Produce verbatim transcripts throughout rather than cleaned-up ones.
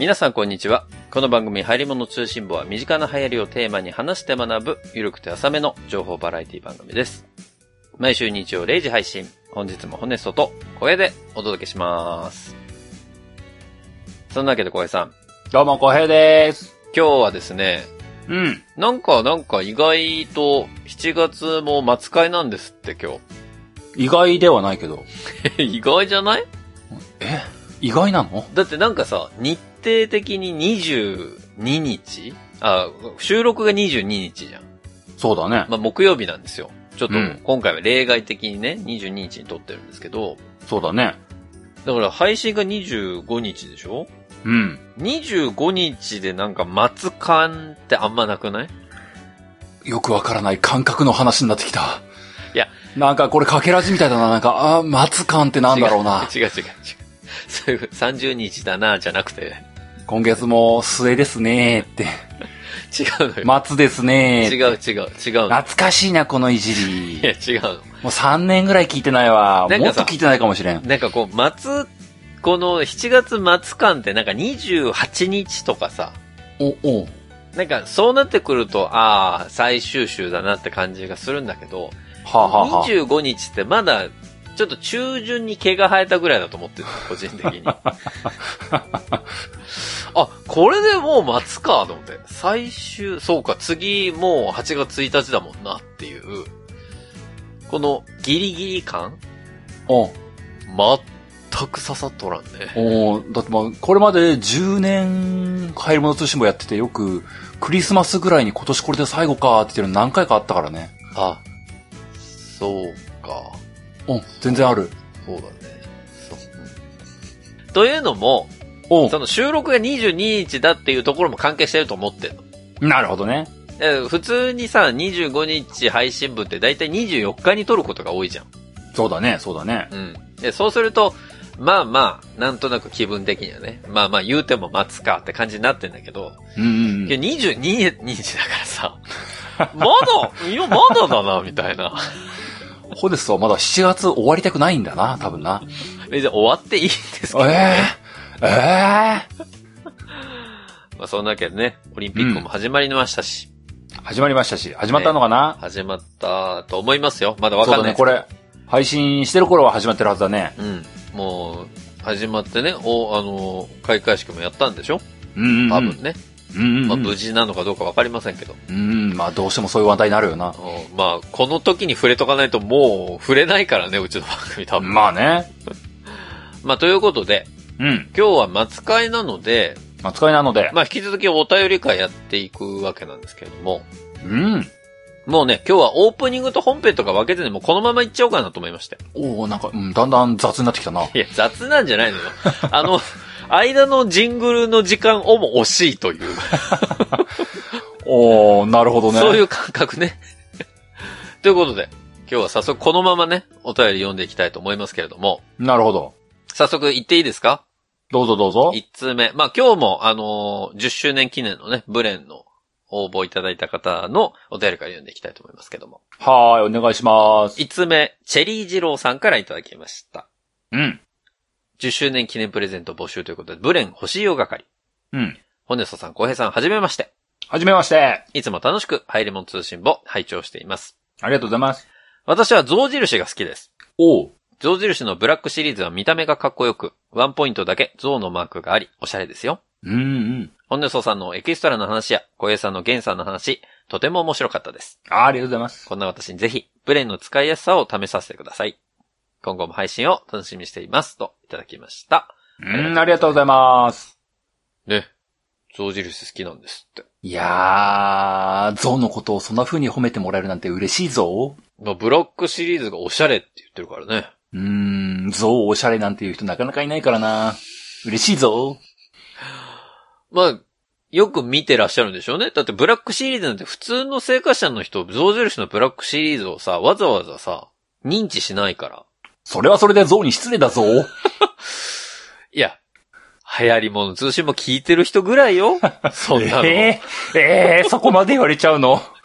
皆さんこんにちは。この番組入り物通信簿は身近な流行りをテーマに話して学ぶゆるくて浅めの情報バラエティ番組です。毎週日曜れいじ配信。本日もホネストと小平でお届けします。そんなわけで小平さん。 どうも小平です。 今日はですね、 うん。 なんかなんか意外としちがつも末会なんですって今日。 意外ではないけど。 意外じゃない？ え？意外なの？ だってなんかさ、日程的ににじゅうににち？あ、収録がにじゅうににちじゃん。 そうだね。 まあ、木曜日なんですよ。ちょっと、 うん、 今回は例外的にね、にじゅうににちに撮ってるんですけど。 そうだね。 だから配信がにじゅうごにちでしょ？ うん。 にじゅうごにちでなんか末感ってあんまなくない？ よくわからない感覚の話になってきた。 いや。 なんかこれかけらじみたいだな。なんか、あ末感ってなんだろうな。 違う違う違う違う。そういうさんじゅうにちだな、じゃなくて。 今月も末ですねーって。 違うのよ。 末ですねー。 違う違う違う。 懐かしいな、このいじり。 いや、違うの。 もうさんねんぐらい聞いてないわ。もっと聞いてないかもしれん。 なんかこう、末、このしちがつ末間ってなんかにじゅうはちにちとかさ。 お、お。 なんかそうなってくると、ああ、最終週だなって感じがするんだけど、 はあはあはあ、 にじゅうごにちってまだ、ちょっと中旬に毛が生えたぐらいだと思ってる、個人的に。あ、これでもう末かと思って。最終、そうか、次もうはちがつついたちだもんなっていう、このギリギリ感？ お全く刺さっとらんね。 おだってまあ、これまでじゅうねん、入り物通信簿やっててよく、クリスマスぐらいに今年これで最後かって言ってるの何回かあったからね。 あ、そうか。 うん、全然ある。 そうだね。そう。というのも、 おその収録がにじゅうににちだっていうところも関係してると思ってるの。なるほどね。 普通にさ、にじゅうごにち配信分ってだいたいにじゅうよっかに撮ることが多いじゃん。 そうだね、そうだね。 うん。で、そうすると、まあまあ、なんとなく気分的にはね、まあまあ言うても待つかって感じになってんだけど、 うんうん、うん。 にじゅうににちだからさ、まだ、いや、まだだな、みたいな。 ホデスはまだしちがつ終わりたくないんだな、多分な。 え、じゃあ終わっていいんですけどね。えー、えー、 まあそんなわけでね、オリンピックも始まりましたし。 うん、始まりましたし、始まったのかな、 ね、始まったと思いますよ。まだわかんないですそうだね、これ、配信してる頃は始まってるはずだね。 うん。もう、始まってね、お、あの、開会式もやったんでしょ？ うんうん、うん。 多分ね。 うんうんうん、 まあ無事なのかどうかわかりませんけど。 うん、まあどうしてもそういう話題になるよな。 まあ、この時に触れとかないともう触れないからね、うちの番組多分。 まあね。 まあということで、 うん。 今日は末会なので、 末会なので。 まあ引き続きお便り会やっていくわけなんですけれども。 うん。 もうね、今日はオープニングと本編とか分けずにもうこのままいっちゃおうかなと思いまして。 おおなんか、うん、だんだん雑になってきたな。 いや、雑なんじゃないのよ。あの、間のジングルの時間をも惜しいという。 おー、なるほどね。 そういう感覚ね。ということで、今日は早速このままね、お便り読んでいきたいと思いますけれども。 なるほど。 早速言っていいですか？ どうぞどうぞ。 一通目。まあ、今日も、あのー、じゅっしゅうねん記念のね、ブレンの応募いただいた方のお便りから読んでいきたいと思いますけども。 はーい、お願いします。 一通目、チェリー二郎さんからいただきました。 うん。 じゅっしゅうねん記念プレゼント募集ということで、ブレン欲しいよ係。 うん。 ホネソさん、小平さん、はじめまして。 はじめまして。 いつも楽しく、入り物通信簿、拝聴しています。 ありがとうございます。 私は象印が好きです。 おう。 象印のブラックシリーズは見た目がかっこよく、ワンポイントだけ象のマークがあり、おしゃれですよ。 うんうん。 ホネソさんのエキストラの話や、小平さんのゲンさんの話、とても面白かったです。 あ, ありがとうございます。 こんな私にぜひ、ブレンの使いやすさを試させてください。今後も配信を楽しみにしています。と、いただきました。 うん、ありがとうございます。 ね。象印好きなんですって。 いやー、象のことをそんな風に褒めてもらえるなんて嬉しいぞ。 まあ、ブラックシリーズがおしゃれって言ってるからね。 うーん、象おしゃれなんていう人なかなかいないからな。嬉しいぞ。 まあ、よく見てらっしゃるんでしょうね。だってブラックシリーズなんて普通の生活者の人、象印のブラックシリーズをさ、わざわざさ、認知しないから。 それはそれで象に失礼だぞ。 いや、流行り物通信も聞いてる人ぐらいよ。そんなの。 えー、えー、そこまで言われちゃうの。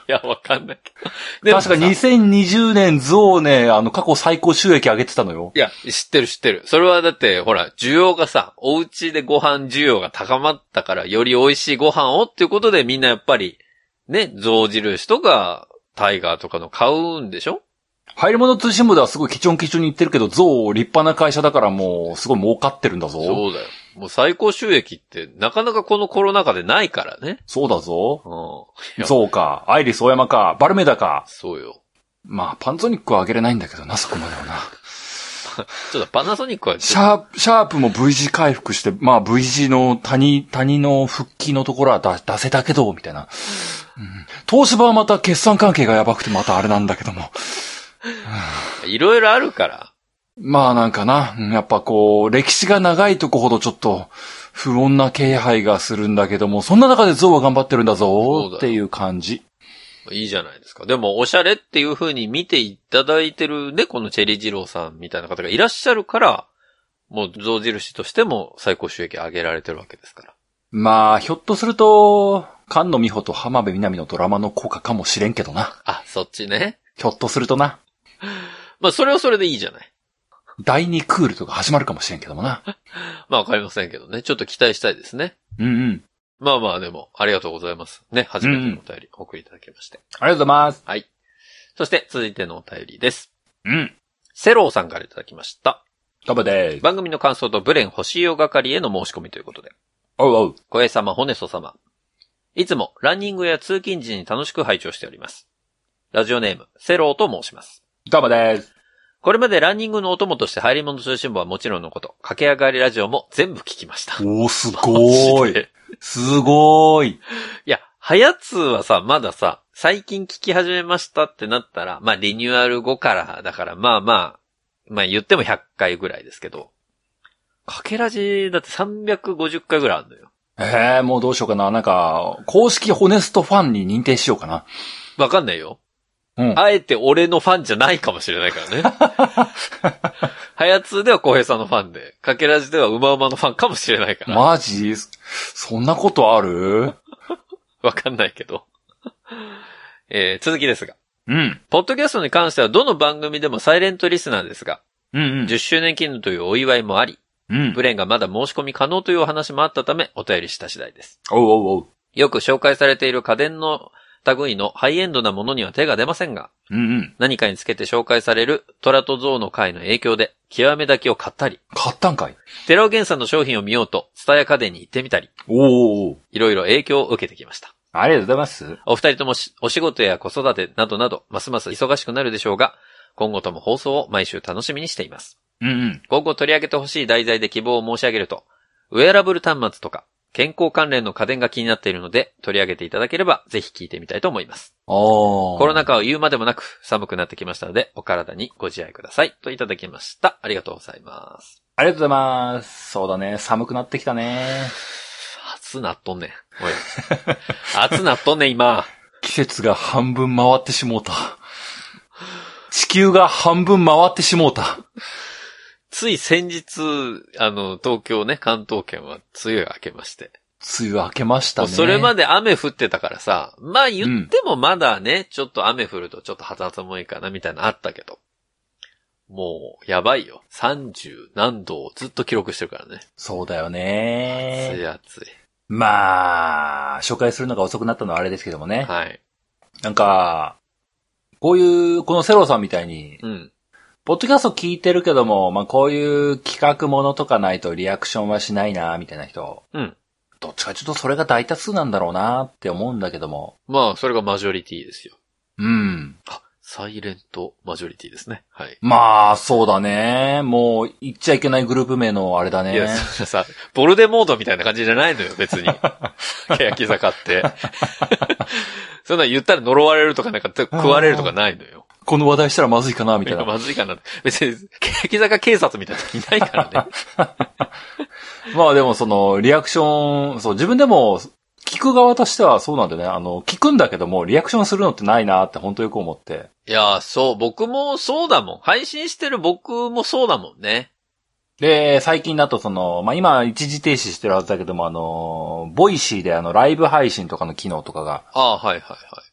いや、わかんないけど。でもさ確かにせんにじゅうねんゾウね、あの、過去最高収益上げてたのよ。 いや、知ってる知ってる。それはだって、ほら、需要がさ、お家でご飯需要が高まったから、より美味しいご飯をっていうことでみんなやっぱり、ね、象印とか、タイガーとかの買うんでしょ？ 入り物通信部ではすごいケチョンケチョンに言ってるけど、ゾウ立派な会社だからもう、すごい儲かってるんだぞ。 そうだよ。もう最高収益って、なかなかこのコロナ禍でないからね。 そうだぞ。 うん。 ゾウか、アイリスオーヤマか、バルメダか。 そうよ。 まあ、パナソニックはあげれないんだけどな、そこまではな。 ちょっとパナソニックは、 シャープ、シャープも ブイ 字回復して、まあ ブイ 字の谷、谷の復帰のところは出出せたけど、みたいな。うん、東芝はまた決算関係がやばくてまたあれなんだけども。 いろいろあるから。 まあなんかな、やっぱこう、歴史が長いとこほどちょっと不穏な気配がするんだけども、そんな中でゾウは頑張ってるんだぞっていう感じ。 いいじゃないですか。でも、おしゃれっていう風に見ていただいてるね、このチェリー二郎さんみたいな方がいらっしゃるから、もう象印としても最高収益上げられてるわけですから。 まあ、ひょっとすると、菅野美穂と浜辺美波のドラマの効果かもしれんけどな。 あ、そっちね。 ひょっとするとな。 まあ、それはそれでいいじゃない。 だいにクールとか始まるかもしれんけどもな。 まあ、わかりませんけどね。ちょっと期待したいですね。 うんうん。 まあまあ、でも、ありがとうございます。ね、初めてのお便り、お送りいただきまして。 ありがとうございます。 はい。そして、続いてのお便りです。 うん。 セローさんからいただきました。 どうもでーす。 番組の感想とブレン欲しいよ係への申し込みということで。 おうおう。 小江様、ホネソ様。いつもランニングや通勤時に楽しく拝聴しております。ラジオネーム、セローと申します。 どうもでーす。 これまでランニングのお供として入り物通信簿はもちろんのこと、駆け上がりラジオも全部聞きました。 おー、すごーい。すごーい。 いや、はやつはさ、まださ、最近聞き始めましたってなったら、まあリニューアル後からだからまあまあ、まあ言ってもひゃっかいぐらいですけど、かけラジだってさんびゃくごじゅっかいぐらいあるのよ。 えー、もうどうしようかな。なんか、公式ホネストファンに認定しようかな。 わかんないよ。 うん。 あえて俺のファンじゃないかもしれないからね。はやつでは小平さんのファンで、かけラジではうまうまのファンかもしれないから。 マジ？そんなことある？ わかんないけど。えー、続きですが。 うん。 ポッドキャストに関してはどの番組でもサイレントリスナーですが、 うんうん。 じゅっしゅうねん記念というお祝いもあり、 うん。 ブレンがまだ申し込み可能というお話もあったため、お便りした次第です。 おうおうおう。 よく紹介されている家電の類のハイエンドなものには手が出ませんが、 うんうん。 何かにつけて紹介されるトラとゾウの回の影響で、極め炊きを買ったり、 買ったんかい？ 寺尾源さんの商品を見ようと、ツタヤ家電に行ってみたり、 おうおう。 いろいろ影響を受けてきました。 ありがとうございます。 お二人ともお仕事や子育てなどなど、ますます忙しくなるでしょうが、今後とも放送を毎週楽しみにしています。 うんうん。 今後取り上げてほしい題材で希望を申し上げると、ウェアラブル端末とか、健康関連の家電が気になっているので、取り上げていただければ、ぜひ聞いてみたいと思います。 おー。 コロナ禍を言うまでもなく、寒くなってきましたので、お体にご自愛ください。といただきました。ありがとうございます。 ありがとうございます。そうだね。寒くなってきたね。 暑なっとんねん。おい。暑なっとんねん、今。 季節が半分回ってしもうた。地球が半分回ってしもうた。 つい先日、あの、東京ね、関東圏は梅雨が明けまして。 梅雨明けましたね。 それまで雨降ってたからさ、まあ言ってもまだね、うん、ちょっと雨降るとちょっと肌寒いかなみたいなのあったけど。もう、やばいよ。さんじゅう何度をずっと記録してるからね。 そうだよね。 暑い暑い。 まあ、紹介するのが遅くなったのはあれですけどもね。 はい。 なんか、こういう、このセロさんみたいに、 うん。 ポッドキャスト聞いてるけども、まあこういう企画ものとかないとリアクションはしないな、みたいな人。 うん。 どっちかちょっとそれが大多数なんだろうなって思うんだけども。 まあ、それがマジョリティですよ。 うん。 あ、サイレントマジョリティですね。はい。 まあ、そうだね。もう、言っちゃいけないグループ名のあれだね。 いや、それさ、ボルデモードみたいな感じじゃないのよ、別に。欅坂って。そんな言ったら呪われるとかなんか食われるとかないのよ。 この話題したらまずいかなみたいな。 まずいかな。別に、欅坂警察みたいなのいないからね。 まあでもその、リアクション、そう、自分でも、聞く側としてはそうなんだよね。あの、聞くんだけども、リアクションするのってないなって本当よく思って。 いや、そう、僕もそうだもん。配信してる僕もそうだもんね。 で、最近だとその、まあ、今一時停止してるはずだけども、あの、ボイシーであの、ライブ配信とかの機能とかが。 ああ、はいはいはい。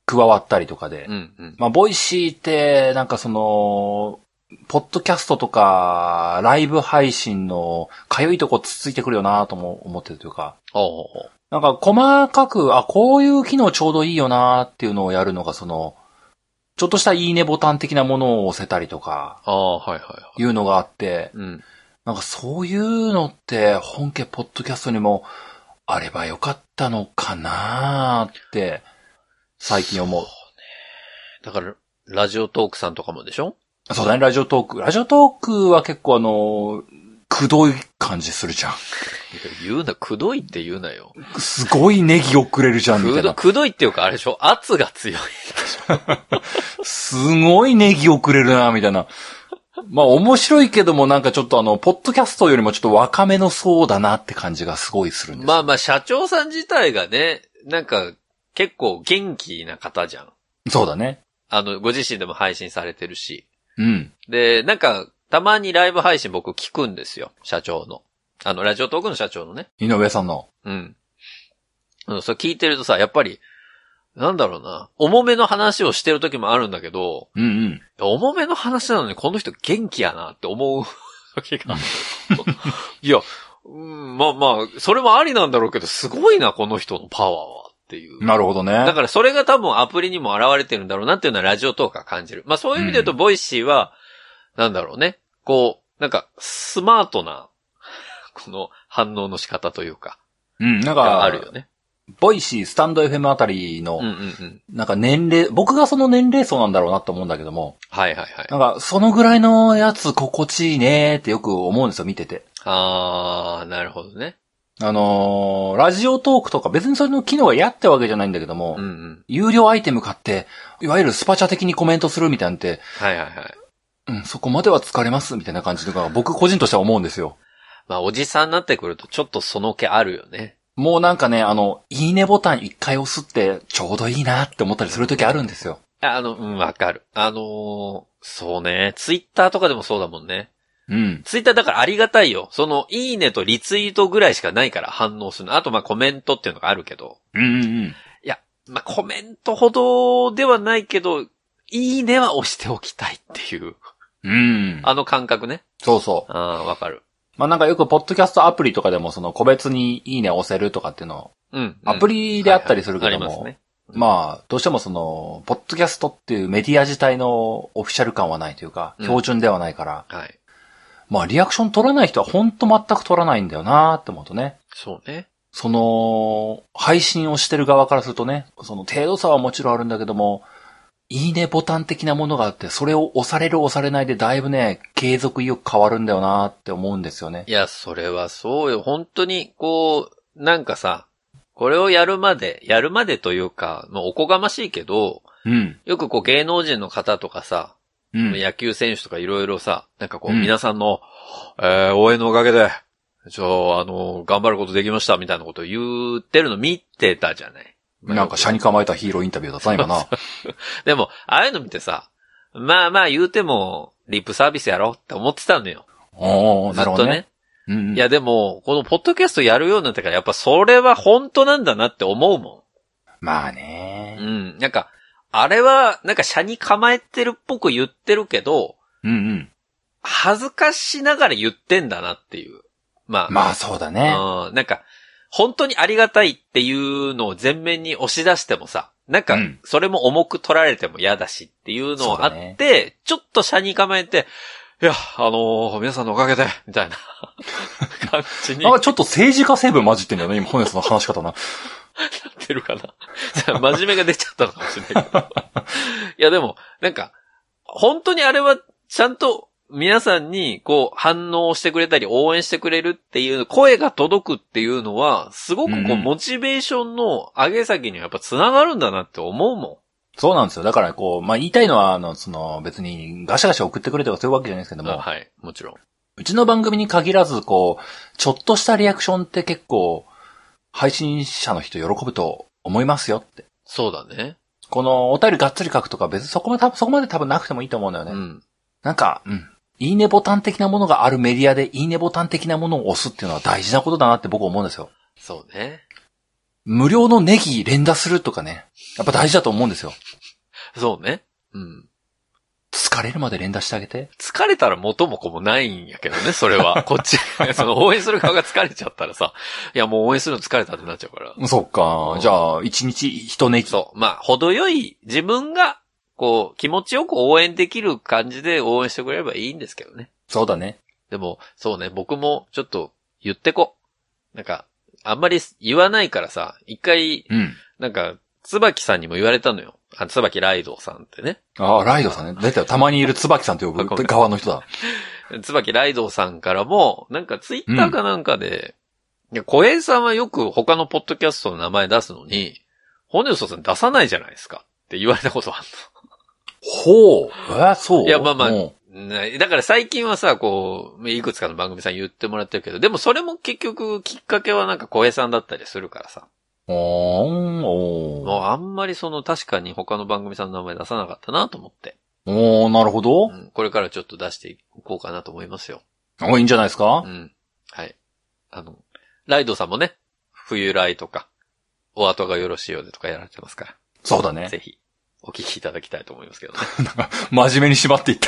加わったりとかで。 うんうん。 まあ、ボイシーって、なんかその、ポッドキャストとか、ライブ配信の、かゆいとこつついてくるよなとも思ってるというか。 おうおう。 なんか、細かく、あ、こういう機能ちょうどいいよなっていうのをやるのが、その、ちょっとしたいいねボタン的なものを押せたりとか。 ああ、はいはいはい。 いうのがあって。 うん。 なんかそういうのって、本家ポッドキャストにも、あればよかったのかなって、最近思う。そうね。 だから、ラジオトークさんとかもでしょ？ そうだね、ラジオトーク。ラジオトークは結構あの、くどい感じするじゃん。 言うな、くどいって言うなよ。 すごいネギをくれるじゃん、みたいな。 くどいっていうか、あれでしょ？圧が強いでしょ。すごいネギをくれるな、みたいな。まあ面白いけどもなんかちょっとあの、ポッドキャストよりもちょっと若めの層だなって感じがすごいするんですよ。 まあまあ社長さん自体がね、なんか結構元気な方じゃん。 そうだね。 あの、ご自身でも配信されてるし。 うん。 で、なんか、たまにライブ配信僕聞くんですよ。社長の。あの、ラジオトークの社長のね。 井上さんの。 うん。うん、それ聞いてるとさ、やっぱり、なんだろうな。重めの話をしてる時もあるんだけど、 うんうん。 重めの話なのにこの人元気やなって思う時が。いや、うん、まあまあ、それもありなんだろうけど、すごいな、この人のパワーはっていう。 なるほどね。 だからそれが多分アプリにも現れてるんだろうなっていうのはラジオトークは感じる。まあそういう意味で言うと、ボイシーは、なんだろうね。こう、なんか、スマートな、この反応の仕方というか。 うん、なんか、 あるよね。 ボイシー、スタンド エフエム あたりの、 うんうんうん、 なんか年齢、僕がその年齢層なんだろうなと思うんだけども。 はいはいはい。 なんか、そのぐらいのやつ心地いいねってよく思うんですよ、見てて。 あー、なるほどね。 あのー、ラジオトークとか別にそれの機能が嫌ってわけじゃないんだけども、 うんうん、 有料アイテム買って、いわゆるスパチャ的にコメントするみたいなんて、 はいはいはい。 うん、そこまでは疲れますみたいな感じとか、僕個人としては思うんですよ。 まあ、おじさんになってくるとちょっとその気あるよね。 もうなんかね、あの、いいねボタン一回押すってちょうどいいなって思ったりするときあるんですよ。 あの、うん、わかる。あのー、そうね。ツイッターとかでもそうだもんね。 うん。 ツイッターだからありがたいよ。その、いいねとリツイートぐらいしかないから反応するの。あと、ま、コメントっていうのがあるけど。 うんうんうん。いや、ま、コメントほどではないけど、いいねは押しておきたいっていう。 うん。 あの感覚ね。 そうそう。 ああ、わかる。 まあ、なんかよくポッドキャストアプリとかでもその個別にいいね押せるとかっていうのを、 うん、 アプリであったりするけども、 はいはい、ありますね。 うん、まあ、どうしてもその、ポッドキャストっていうメディア自体のオフィシャル感はないというか、標準ではないから、 うん、はい。 まあ、リアクション取らない人は本当全く取らないんだよなーって思うとね。 そうね。 その、配信をしてる側からするとね、その程度差はもちろんあるんだけども、いいねボタン的なものがあって、それを押される押されないでだいぶね、継続意欲変わるんだよなって思うんですよね。 いや、それはそうよ。本当に、こう、なんかさ、これをやるまで、やるまでというか、もうおこがましいけど、 うん。 よくこう芸能人の方とかさ、うん、野球選手とかいろいろさ、なんかこう、うん、皆さんの、えー、応援のおかげで、ちょ、あの、頑張ることできましたみたいなことを言ってるの見てたじゃない。 なんか、車に構えたヒーローインタビューだった今な。 でも、ああいうの見てさ、まあまあ言うても、リップサービスやろって思ってたのよ。 おー、なるほどね。ずっとね。 うんうん、いやでも、このポッドキャストやるようになってから、やっぱそれは本当なんだなって思うもん。まあね。 うん。なんか、あれは、なんか車に構えてるっぽく言ってるけど、 うんうん。 恥ずかしながら言ってんだなっていう。まあ。 まあそうだね。 うん。なんか、本当にありがたいっていうのを前面に押し出してもさ、なんか、それも重く取られても嫌だしっていうのあって、ね、ちょっと車に構えて、いや、あのー、皆さんのおかげで、みたいな感じに。 なんかちょっと政治家成分混じってんだよね、今、本日の話し方な。 なってるかな。真面目が出ちゃったのかもしれないけど。いやでも、なんか、本当にあれは、ちゃんと、皆さんに、こう、反応してくれたり、応援してくれるっていう、声が届くっていうのは、すごくこう、モチベーションの上げ下げにはやっぱ繋がるんだなって思うもん。 そうなんですよ。だからこう、まあ、言いたいのは、あの、その、別にガシャガシャ送ってくれとかそういうわけじゃないですけども。 はい、もちろん。 うちの番組に限らず、こう、ちょっとしたリアクションって結構、配信者の人喜ぶと思いますよって。 そうだね。 この、お便りがっつり書くとか別にそこまで多分、そこまで多分なくてもいいと思うんだよね。うん。なんか、うん。いいねボタン的なものがあるメディアで、いいねボタン的なものを押すっていうのは大事なことだなって僕思うんですよ。 そうね。 無料のネギ連打するとかね。やっぱ大事だと思うんですよ。 そうね。うん。 疲れるまで連打してあげて。 疲れたら元も子もないんやけどね、それは。こっち、その応援する側が疲れちゃったらさ、いやもう応援するの疲れたってなっちゃうから。 そっか。じゃあ、一日一ネギ。 そう。まあ、程よい自分が、こう、気持ちよく応援できる感じで応援してくれればいいんですけどね。 そうだね。 でも、そうね、僕もちょっと言ってこ。なんか、あんまり言わないからさ、一回、 うん。 なんか、椿さんにも言われたのよ。あ、椿ライドさんってね。 ああ、ライドさんね。だいたいたまにいる椿さんと呼ぶ側の人だ。 椿ライドさんからも、なんかツイッターかなんかで、うん、いや、小平さんはよく他のポッドキャストの名前出すのに、ホネソさん出さないじゃないですかって言われたことあるの。 ほう。えー、そう。 いや、まあまあ、だから最近はさ、こう、いくつかの番組さん言ってもらってるけど、でもそれも結局きっかけはなんか小平さんだったりするからさ。 おー、おー。 もうあんまりその確かに他の番組さんの名前出さなかったなと思って。 おー、なるほど、 うん。これからちょっと出していこうかなと思いますよ。 お、いいんじゃないですか。 うん。はい。あの、ライドさんもね、冬来とか、お後がよろしいようでとかやられてますから。 そうだね。 ぜひ、お聞きいただきたいと思いますけどね。 なんか、真面目に縛っていった。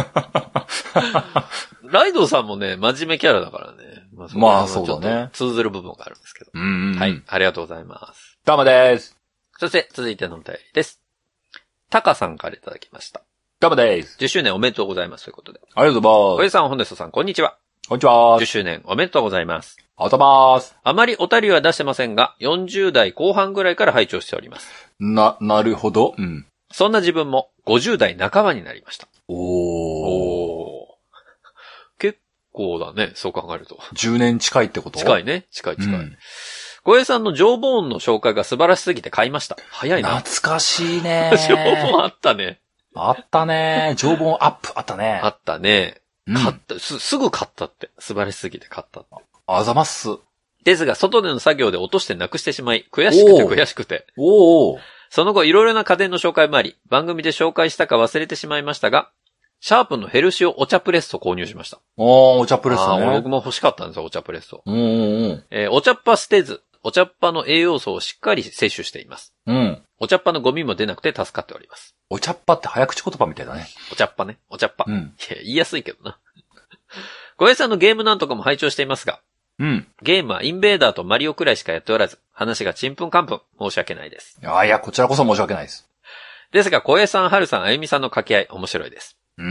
ライドさんもね、真面目キャラだからね。 まあ、そまあ、そうだね。 通ずる部分があるんですけど。 うんうんうん。 はい。ありがとうございます。 どうもです。 そして、続いてのお便りです。タカさんからいただきました。 どうもです。 じゅっしゅうねんおめでとうございますということで。 ありがとうございます。 小江さん、ホネストさん、こんにちは。 こんにちは。 じゅっしゅうねんおめでとうございます。 ありがとうございます。 あまりお便りは出してませんが、よんじゅう代後半ぐらいから拝聴しております。 な、なるほど。うん。 そんな自分もごじゅう代半ばになりました。 おー。 おー。結構だね、そう考えると。 じゅうねん近いってこと？ 近いね、近い近い。 うん小江さんのジョーボーンの紹介が素晴らしすぎて買いました。早いな。 懐かしいね。 ジョーボーンあったね。 あったね。ジョーボーンアップあったね。 あったね。 うん、 買った、す、すぐ買ったって。素晴らしすぎて買ったって。 あざます。 ですが、外での作業で落としてなくしてしまい、悔しくて悔しくて。 おー。 その後、いろいろな家電の紹介もあり、番組で紹介したか忘れてしまいましたが、シャープのヘルシオお茶プレッソ購入しました。 おー、お茶プレッソね。 あ僕も欲しかったんですよ、お茶プレッソ。 うんうんうん。 えー、お茶っ葉捨てず、お茶っ葉の栄養素をしっかり摂取しています。 うん。 お茶っ葉のゴミも出なくて助かっております。 お茶っ葉って早口言葉みたいだね。 お茶っ葉ね。お茶っ葉。 うん。いや、言いやすいけどな。小江さんのゲームなんとかも拝聴していますが、 うん。 ゲームはインベーダーとマリオくらいしかやっておらず、話がちんぷんかんぷん、申し訳ないです。 あいや、こちらこそ申し訳ないです。 ですが、小江さん、春さん、あゆみさんの掛け合い、面白いです。 うん。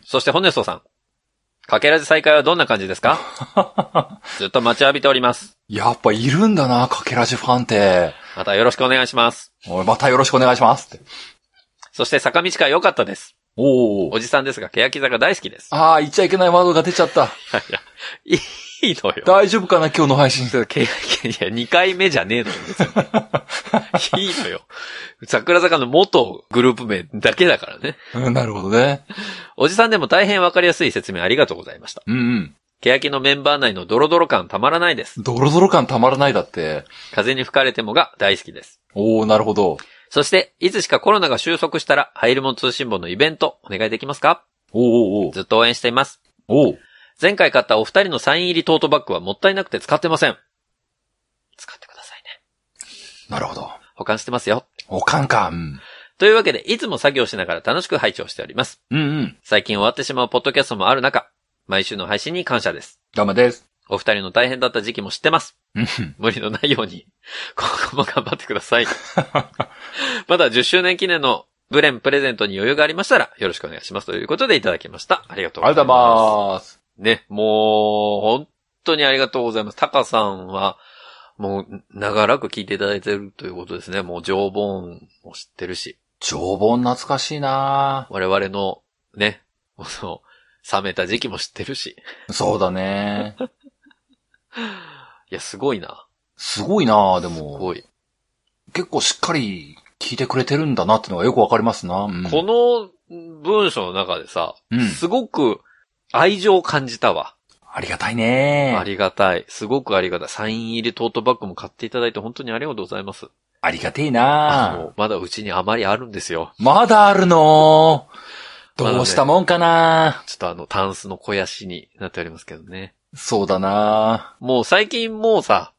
そして、ホネストさん。かけらじ再開はどんな感じですか？ずっと待ちわびております。 やっぱいるんだな、かけらじファンって。 またよろしくお願いします。 おい、またよろしくお願いしますって。 そして坂道会良かったです。 おー。 おじさんですが、欅坂大好きです。 ああ、言っちゃいけないワードが出ちゃった。 いやいや、いいのよ。 大丈夫かな、今日の配信。 いや、にかいめじゃねえのよ。いいのよ。桜坂の元グループ名だけだからね。 うん、なるほどね。 おじさんでも大変わかりやすい説明ありがとうございました。 うんうん。 欅のメンバー内のドロドロ感たまらないです。 ドロドロ感たまらないだって。 風に吹かれてもが大好きです。 おー、なるほど。 そして、いつしかコロナが収束したら、ハイルモン通信簿のイベント、お願いできますか？ おーおーおー。 ずっと応援しています。 おー。 前回買ったお二人のサイン入りトートバッグはもったいなくて使ってません。使ってくださいね。 なるほど。 保管してますよ。 保管か。うん。 というわけで、いつも作業しながら楽しく拝聴しております。 うんうん。 最近終わってしまうポッドキャストもある中、毎週の配信に感謝です。 ダメです。 お二人の大変だった時期も知ってます。 うん。 無理のないように、今後も頑張ってください。まだじゅっしゅうねん記念のブレンプレゼントに余裕がありましたら、よろしくお願いします。ということでいただきました。ありがとうございます。 ありがとうございます。 ね、もう、本当にありがとうございます。タカさんは、もう、長らく聞いていただいているということですね。もう、ジョーボーンも知ってるし。 ジョーボーン懐かしいな我々の、ね、その、冷めた時期も知ってるし。 そうだね。 いや、すごいな。 すごいなでも。 すごい。 結構しっかり聞いてくれてるんだなってのがよくわかりますな。うん、 この文章の中でさ、 うん、 すごく愛情を感じたわ。 ありがたいね。 ありがたい。すごくありがたい。サイン入りトートバッグも買っていただいて本当にありがとうございます。 ありがてえなあの、まだうちにあまりあるんですよ。 まだあるのどうしたもんかな、 まだね、ちょっとあの、タンスの肥やしになっておりますけどね。 そうだなもう最近もうさ、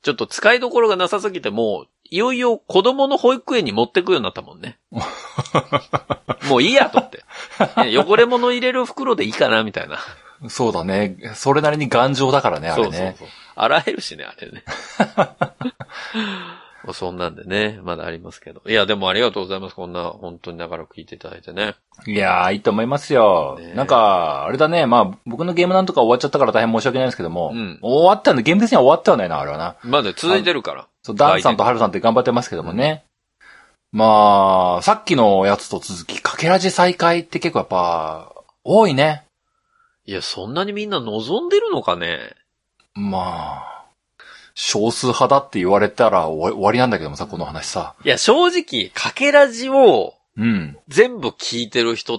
ちょっと使いどころがなさすぎてもう、いよいよ子供の保育園に持ってくようになったもんね。もういいやと思って。汚れ物入れる袋でいいかなみたいな。 そうだね。それなりに頑丈だからね、あれね。 そうそうそう。洗えるしね、あれね。そんなんでね、まだありますけど。いや、でもありがとうございます。こんな、本当に長らく聞いていただいてね。 いやー、いいと思いますよ。ね、なんか、あれだね、まあ、僕のゲームなんとか終わっちゃったから大変申し訳ないんですけども、うん、終わったんで、ゲーム的には終わってはないな、あれはな。 まだ続いてるから。 そう、ダンさんとハルさんって頑張ってますけどもね。うん、まあ、さっきのやつと続き、かけらじ再開って結構やっぱ、多いね。 いや、そんなにみんな望んでるのかね。 まあ、少数派だって言われたら終わりなんだけどもさ、この話さ。 いや、正直、かけらじを、 うん。 全部聞いてる人って、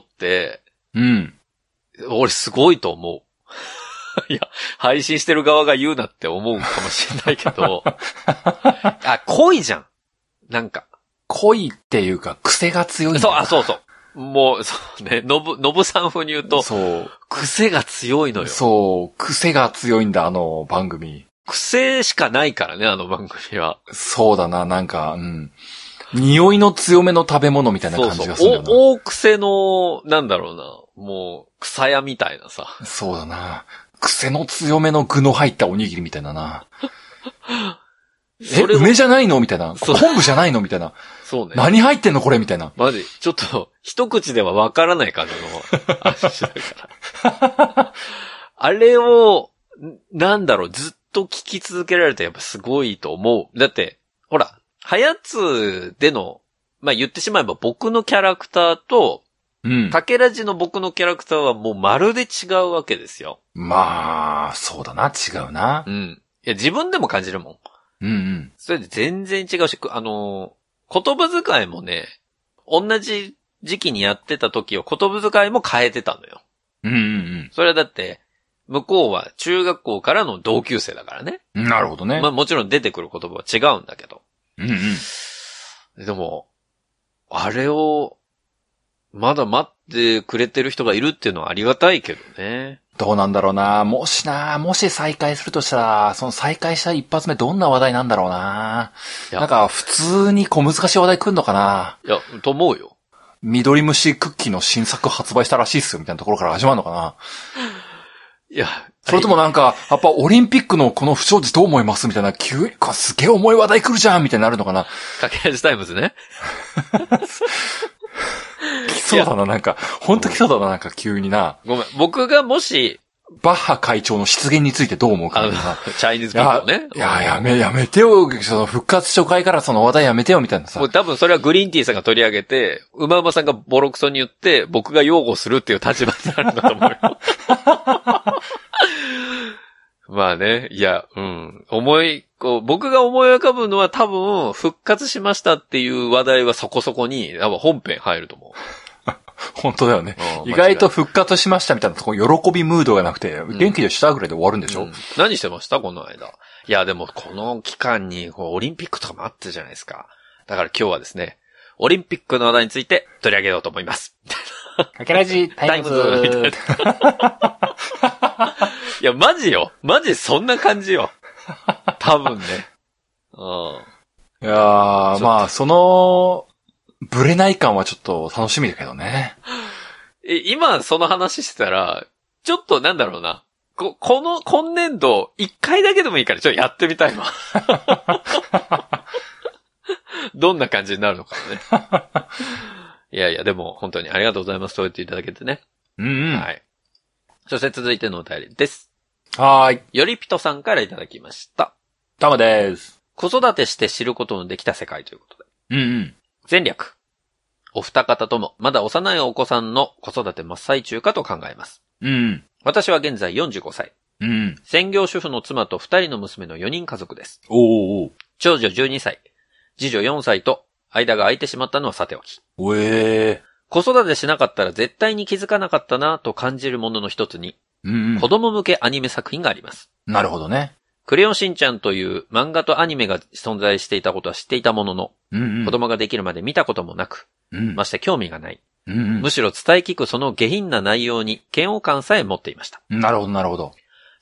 うん。 俺すごいと思う。いや、配信してる側が言うなって思うかもしれないけど、あ、濃いじゃん。なんか。 濃いっていうか、癖が強いんだ。 そう、あ、そうそう。もう、そうね、のぶ、のぶさん風に言うと、 そう。 癖が強いのよ。 そう、癖が強いんだ、あの番組。 癖しかないからね、あの番組は。 そうだな、なんか、うん。匂いの強めの食べ物みたいな感じがするんだよな。 そうそう。大癖の、なんだろうな、もう、草屋みたいなさ。 そうだな。癖の強めの具の入ったおにぎりみたいなな。え、梅じゃないのみたいな。昆布じゃないのみたいな。 そうね。 何入ってんのこれみたいな。 マジ、ちょっと、一口ではわからない感じの味だから。あれを、なんだろう、ずっと聞き続けられてやっぱすごいと思う。だって、ほら、はやつでの、まあ、言ってしまえば僕のキャラクターと、うん。かけらじの僕のキャラクターはもうまるで違うわけですよ。 まあ、そうだな、違うな。 うん。いや、自分でも感じるもん。 うんうん。 それで全然違うし、あの、言葉遣いもね、同じ時期にやってた時を言葉遣いも変えてたのよ。 うんうんうん。 それはだって、向こうは中学校からの同級生だからね。 なるほどね。 まあもちろん出てくる言葉は違うんだけど。 うんうん。 でも、あれを、まだ待ってくれてる人がいるっていうのはありがたいけどね。 どうなんだろうな。もしな、もし再開するとしたら、その再開した一発目どんな話題なんだろうな。なんか普通に小難しい話題来んのかな。 いや、と思うよ。 緑虫クッキーの新作発売したらしいっすよみたいなところから始まるのかな。 いや、 それともなんか、やっぱオリンピックのこの不祥事どう思いますみたいな、急に、すげえ重い話題来るじゃんみたいになるのかな。 かけらじタイムズね。 来そうだな、なんか。ほんと来そうだな、なんか急にな。 ごめん。僕がもし、 バッハ会長の失言についてどう思うかな。 チャイニーズピーポーね。 いや、いや、やめ、やめてよ。その復活初回からその話題やめてよ、みたいなさ。 もう多分それはグリーンティーさんが取り上げて、うまうまさんがボロクソに言って、僕が擁護するっていう立場になるんだと思うよ。まあね、いや、うん。思い、こう、僕が思い浮かぶのは多分、復活しましたっていう話題はそこそこに、多分本編入ると思う。 本当だよね。意外と復活しましたみたいなところ、喜びムードがなくて、うん、元気でしたぐらいで終わるんでしょ、うん、 何してましたこの間。いや、でもこの期間にこうオリンピックとかもあったじゃないですか。だから今日はですね、オリンピックの話題について取り上げようと思います。 かけらじタイムズみたいな。 いや、マジよ。マジそんな感じよ。多分ね。うん。 いやー、まあ、その、ブレない感はちょっと楽しみだけどね。 え、今その話してたら、ちょっとなんだろうな。こ、この、今年度、一回だけでもいいからちょっとやってみたいわ。どんな感じになるのかね。いやいや、でも本当にありがとうございます。そう言っていただけてね。 うんうん。 はい。そして続いてのお便りです。 はーい。 よりぴとさんからいただきました。 たまです。 子育てして知ることのできた世界ということで。 うんうん。 前略。お二方ともまだ幼いお子さんの子育て真っ最中かと考えます。 うんうん。 私は現在よんじゅうごさい。 うんうん。 専業主婦の妻と二人の娘のよにん家族です。 おーおー。 長女じゅうにさい、次女よんさいと間が空いてしまったのはさておき。 おえー。 子育てしなかったら絶対に気づかなかったなと感じるものの一つに、 うんうん、 子供向けアニメ作品があります。 なるほどね。 クレヨンしんちゃんという漫画とアニメが存在していたことは知っていたものの、 うんうん、 子供ができるまで見たこともなく、 うん、 まして興味がない、 うんうん、 むしろ伝え聞くその下品な内容に嫌悪感さえ持っていました。 なるほどなるほど。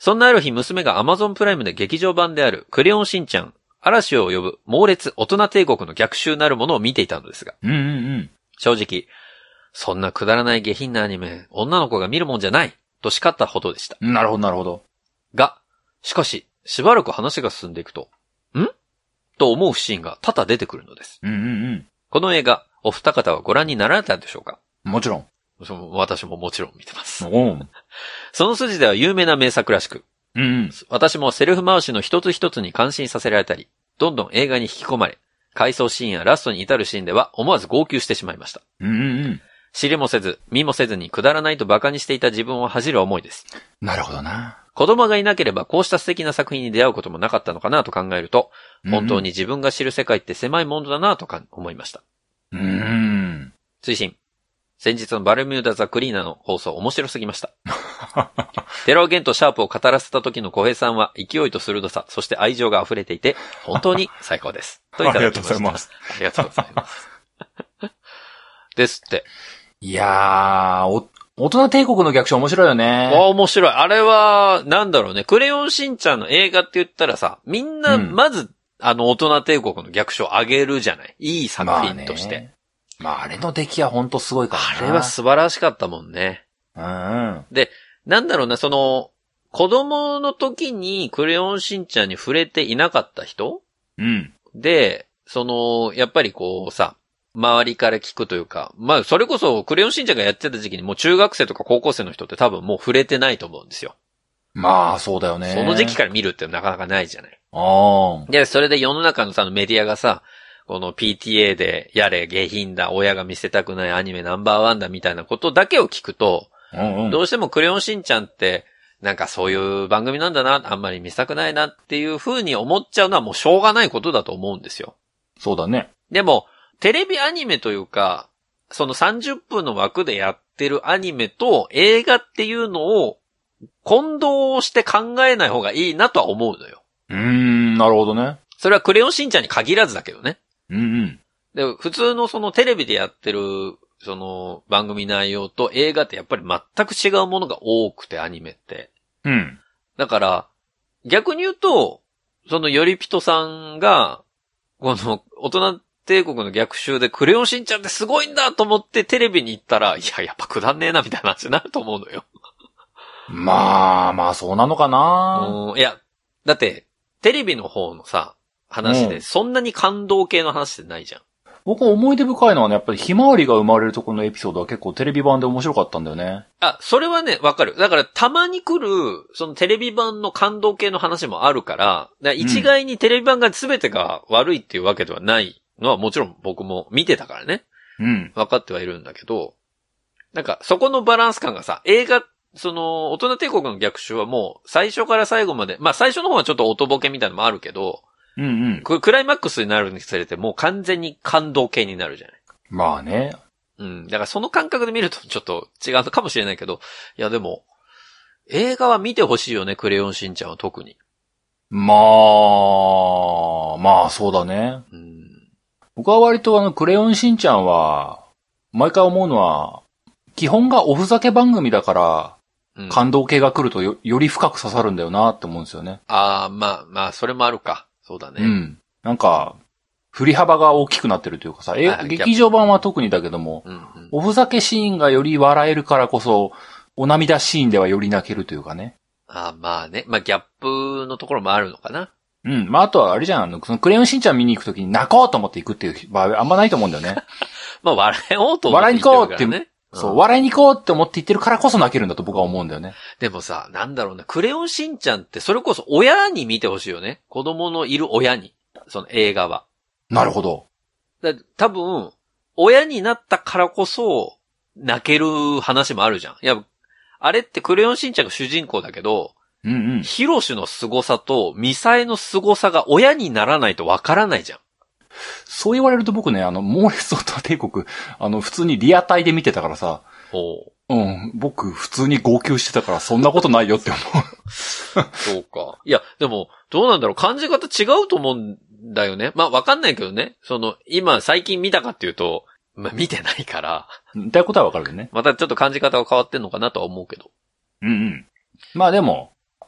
そんなある日、娘が Amazon プライムで劇場版であるクレヨンしんちゃん、嵐を呼ぶ猛烈大人帝国の逆襲なるものを見ていたのですが、 うんうんうん。 正直、そんなくだらない下品なアニメ、女の子が見るもんじゃないと叱ったほどでした。 なるほどなるほど。 が、しかし、しばらく話が進んでいくと、んと思うシーンが多々出てくるのです。 うんうんうん。 この映画、お二方はご覧になられたでしょうか？ もちろん。 その私ももちろん見てます。 おその筋では有名な名作らしく、 うんうん、 私もセルフ回しの一つ一つに感心させられたり、どんどん映画に引き込まれ、回想シーンやラストに至るシーンでは思わず号泣してしまいました。 うんうんうん、 知りもせず、見もせずにくだらないと馬鹿にしていた自分を恥じる思いです。 なるほどな。 子供がいなければこうした素敵な作品に出会うこともなかったのかなと考えると、本当に自分が知る世界って狭いものだなとか思いました。 うーん。 追伸。先日のバルミューダザクリーナの放送面白すぎました。テロゲンとシャープを語らせた時の小平さんは勢いと鋭さ、そして愛情が溢れていて、本当に最高です。といただきました。ありがとうございます。ありがとうございます。ですって。 いやー、お、大人帝国の逆襲面白いよね。 あ、面白い。あれは、なんだろうね。クレヨンしんちゃんの映画って言ったらさ、みんな、まず、うん、あの、大人帝国の逆襲を上げるじゃない。いい作品として。 まあ、まあ、あれの出来はほんとすごいからな。 あれは素晴らしかったもんね。 うん、うん。 で、なんだろうな、その、子供の時にクレヨンしんちゃんに触れていなかった人うん。 で、その、やっぱりこうさ、周りから聞くというか、まあ、それこそクレヨンしんちゃんがやってた時期にもう中学生とか高校生の人って多分もう触れてないと思うんですよ。 まあ、そうだよね。 その時期から見るってなかなかないじゃない。 ああ。 で、それで世の中のさ、メディアがさ、この ピーティーエー でやれ下品だ、親が見せたくないアニメナンバーワンだみたいなことだけを聞くと、 うんうん、 どうしてもクレヨンしんちゃんって、なんかそういう番組なんだな、あんまり見せたくないなっていう風に思っちゃうのはもうしょうがないことだと思うんですよ。 そうだね。 でも、テレビアニメというか、そのさんじゅっぷんの枠でやってるアニメと映画っていうのを混同して考えない方がいいなとは思うのよ。 うーん、なるほどね。 それはクレヨンしんちゃんに限らずだけどね。 うんうん。 で、普通のそのテレビでやってるその番組内容と映画ってやっぱり全く違うものが多くてアニメって。 うん。 だから逆に言うと、そのよりぴとさんがこの大人帝国の逆襲でクレヨンしんちゃんってすごいんだと思ってテレビに行ったら、いや、やっぱくだんねえなみたいな話になると思うのよ。 まあ、まあそうなのかな。 うん、いや、だって、テレビの方のさ、話で、そんなに感動系の話ってないじゃん。 僕思い出深いのはね、やっぱりひまわりが生まれるところのエピソードは結構テレビ版で面白かったんだよね。 あ、それはね、わかる。だからたまに来る、そのテレビ版の感動系の話もあるから、だから一概にテレビ版が全てが悪いっていうわけではないのはもちろん僕も見てたからね。 うん。 分かってはいるんだけど、なんかそこのバランス感がさ、映画、その、大人帝国の逆襲はもう最初から最後まで、まあ最初の方はちょっと音ボケみたいなのもあるけど、 うんうん。 これクライマックスになるにつれてもう完全に感動系になるじゃない。 まあね。 うん。だからその感覚で見るとちょっと違うのかもしれないけど、いやでも、映画は見てほしいよね、クレヨンしんちゃんは特に。 まあ、まあそうだね。 うん、 僕は割とあの、クレヨンしんちゃんは、毎回思うのは、基本がおふざけ番組だから、うん、感動系が来ると よ, より深く刺さるんだよなって思うんですよね。 ああ、まあまあ、それもあるか。そうだね。 うん。なんか、振り幅が大きくなってるというかさ、え、劇場版は特にだけども、うんうん、おふざけシーンがより笑えるからこそ、お涙シーンではより泣けるというかね。 ああ、まあね。まあギャップのところもあるのかな。 うん。まああとはあれじゃん、あの、そのクレヨンしんちゃん見に行くときに泣こうと思って行くっていう場合あんまないと思うんだよね。 まあ笑おうと思って行ってるからね。 笑いに行こうって、うん、そう、笑いに行こうって思って言ってるからこそ泣けるんだと僕は思うんだよね。 でもさ、なんだろうな、クレヨンしんちゃんってそれこそ親に見てほしいよね。子供のいる親に。その映画は。 なるほど。 だ多分、親になったからこそ、泣ける話もあるじゃん。いや、あれってクレヨンしんちゃんが主人公だけど、 うんうん。 ヒロシの凄さとミサエの凄さが親にならないとわからないじゃん。 そう言われると僕ね、あの、猛烈大人帝国、あの、普通にリアタイで見てたからさ、 おうん、僕、普通に号泣してたから、そんなことないよって思う。 そうか。いや、でも、どうなんだろう、感じ方違うと思うんだよね。まあ、わかんないけどね。その、今、最近見たかっていうと、まあ、見てないから。 言いたいことはわかるよね。 またちょっと感じ方が変わってんのかなとは思うけど。 うんうん。まあでも、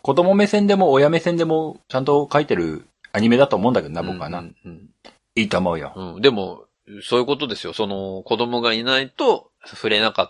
子供目線でも親目線でもちゃんと書いてるアニメだと思うんだけどな、僕はな。うんうんうん、いいと思うよ。 うん。でも、そういうことですよ。その、子供がいないと触れなかった、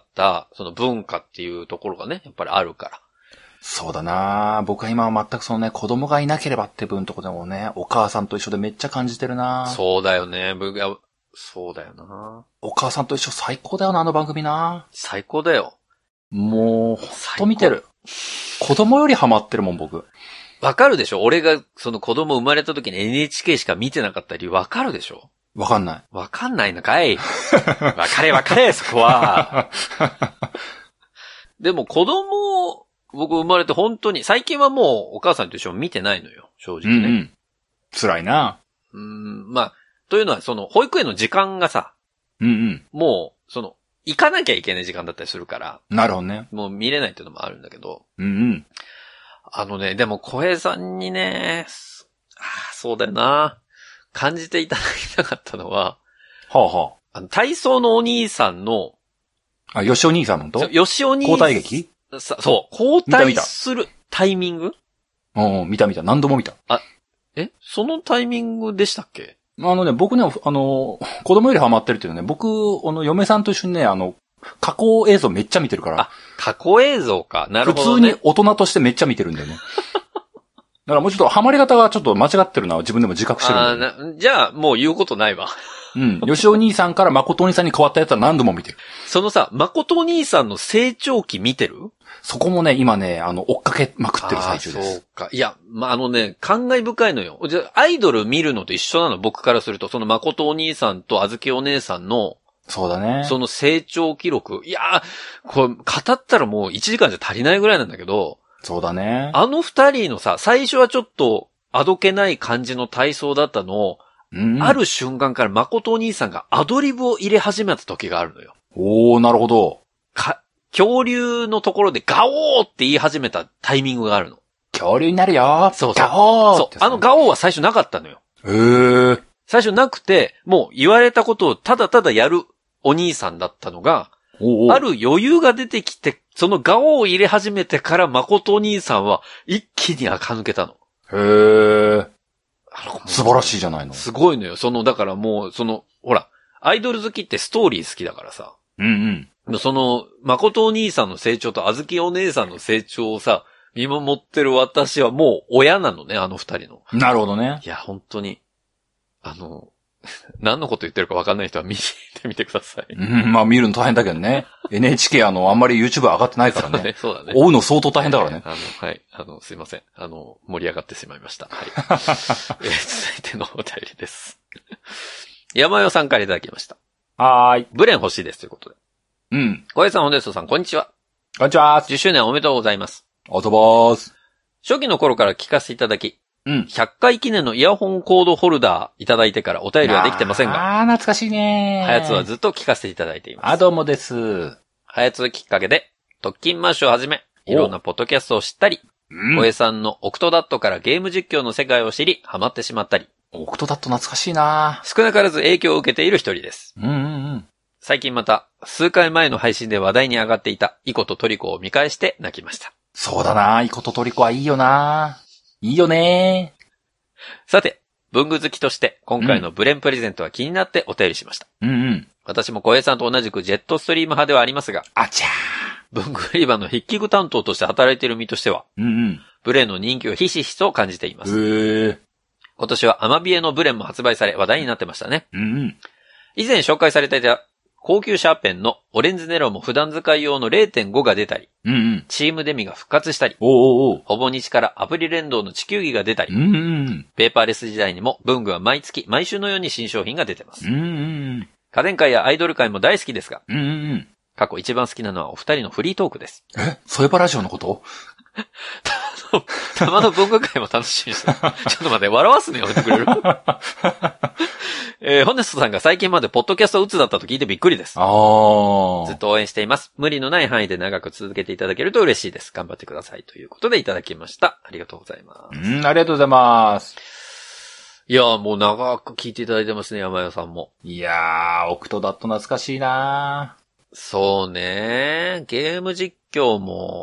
その文化っていうところがね、やっぱりあるから。 そうだな僕は今は全くそのね、子供がいなければって分とこでもね、お母さんと一緒でめっちゃ感じてるなそうだよね。僕は、そうだよなお母さんと一緒最高だよな、あの番組な最高だよ。 もう、ほんと見てる。子供よりハマってるもん、僕。 わかるでしょ？俺がその子供生まれた時に エヌエイチケー しか見てなかったりわかるでしょ？ わかんない。 わかんないのかい。わかれわかれ、そこは。でも子供、僕生まれて本当に、最近はもうお母さんと一緒に見てないのよ、正直ね。うんうん、 辛いな。 うーん、まあ、というのはその保育園の時間がさ、 うんうん、 もう、その、行かなきゃいけない時間だったりするから。 なるほどね。 もう見れないっていうのもあるんだけど。 うんうん。 あのね、でも小平さんにね、ああ、そうだよな。感じていただきたかったのは、 はあはあの体操のお兄さんの、 あ、よしお兄さんのとよしお兄さん。 交代劇さそう、交代するタイミングうん、見た見た。何度も見た。 あ、えそのタイミングでしたっけ？ あのね、僕ね、あの、子供よりハマってるっていうのね、僕、あの、嫁さんと一緒にね、あの、加工映像めっちゃ見てるから。 あ、加工映像か。なるほど、ね。 普通に大人としてめっちゃ見てるんだよね。だからもうちょっとハマり方がちょっと間違ってるのは自分でも自覚してるんだよ、ね。 あじゃあ、もう言うことないわ。 うん。吉尾兄さんから誠兄さんに変わったやつは何度も見てる。 そのさ、誠兄さんの成長期見てる？ そこもね、今ね、あの、追っかけまくってる最中です。 そうか。いや、まあ、あのね、感慨深いのよ。じゃアイドル見るのと一緒なの、僕からすると。その誠お兄さんとあずきお姉さんの、 そうだね。 その成長記録。いやー、これ、語ったらもういちじかんじゃ足りないぐらいなんだけど。 そうだね。 あの二人のさ、最初はちょっと、あどけない感じの体操だったのを、うんうん、ある瞬間から誠お兄さんがアドリブを入れ始めた時があるのよ。 おー、なるほど。 か、恐竜のところでガオーって言い始めたタイミングがあるの。 恐竜になるよ。 そうそう。 ガオー。 そう。あのガオーは最初なかったのよ。 へー。 最初なくて、もう言われたことをただただやるお兄さんだったのが、おうおうある余裕が出てきて、そのガオーを入れ始めてから誠お兄さんは一気に垢抜けたの。 へー。素晴らしいじゃないの。 すごいのよ。その、だからもう、その、ほら、アイドル好きってストーリー好きだからさ。 うんうん。 その、誠お兄さんの成長とあずきお姉さんの成長をさ、見守ってる私はもう親なのね、あの二人の。 なるほどね。 いや、本当に。あの、何のこと言ってるか分かんない人は見てみてください。 うん、まあ見るの大変だけどね。エヌエイチケー あの、あんまり YouTube 上がってないからね。 そうね、そうだね。 追うの相当大変だからね。 あの、はい。あの、すいません。あの、盛り上がってしまいました。はい。えー、続いてのお便りです。山代さんからいただきました。 はーい。 ブレン欲しいですということで。 うん。 小江さん、ホネストさん、こんにちは。 こんにちは。 じゅっしゅうねんおめでとうございます。 おとぼーす。 初期の頃から聞かせていただき、 うん。 ひゃっかい記念のイヤホンコードホルダーいただいてからお便りはできてませんが。 あー、懐かしいねー。 はやつはずっと聞かせていただいています。 あ、どうもです。 はやつきっかけで、特勤マッシュをはじめ、いろんなポッドキャストを知ったり、小江さんのオクトダットからゲーム実況の世界を知り、ハマってしまったり。 オクトダット懐かしいな少なからず影響を受けている一人です。 うんうんうん。 最近また、数回前の配信で話題に上がっていたイコとトリコを見返して泣きました。 そうだなイコとトリコはいいよないいよねさて、文具好きとして今回のブレンプレゼントは気になってお便りしました。 うんうん。 私も小江さんと同じくジェットストリーム派ではありますが、 あちゃー。 文具売り場の筆記具担当として働いている身としては、 うんうん。 ブレンの人気をひしひしと感じています。 へー。 今年はアマビエのブレンも発売され話題になってましたね。 うんうん。 以前紹介されていた高級シャーペンのオレンジネロも普段使い用の れいてんご が出たり、 うんうん、 チームデミが復活したり、 おうおうおうほぼ日からアプリ連動の地球儀が出たり、 うんうんうん、 ペーパーレス時代にも文具は毎月毎週のように新商品が出てます。 うんうんうん、 家電界やアイドル界も大好きですが、 うんうんうん、 過去一番好きなのはお二人のフリートークです。 え、ソエパラジオのことたまの文具会も楽しみにしてちょっと待って、笑わすのやめてくれるえー、ホネストさんが最近までポッドキャストうつだったと聞いてびっくりです。 あー。 ずっと応援しています。無理のない範囲で長く続けていただけると嬉しいです。頑張ってください。ということでいただきました。ありがとうございます。 うん、ありがとうございます。 いやーもう長く聞いていただいてますね、山代さんも。 いやー、オクトダット懐かしいなそうね。ゲーム実況も、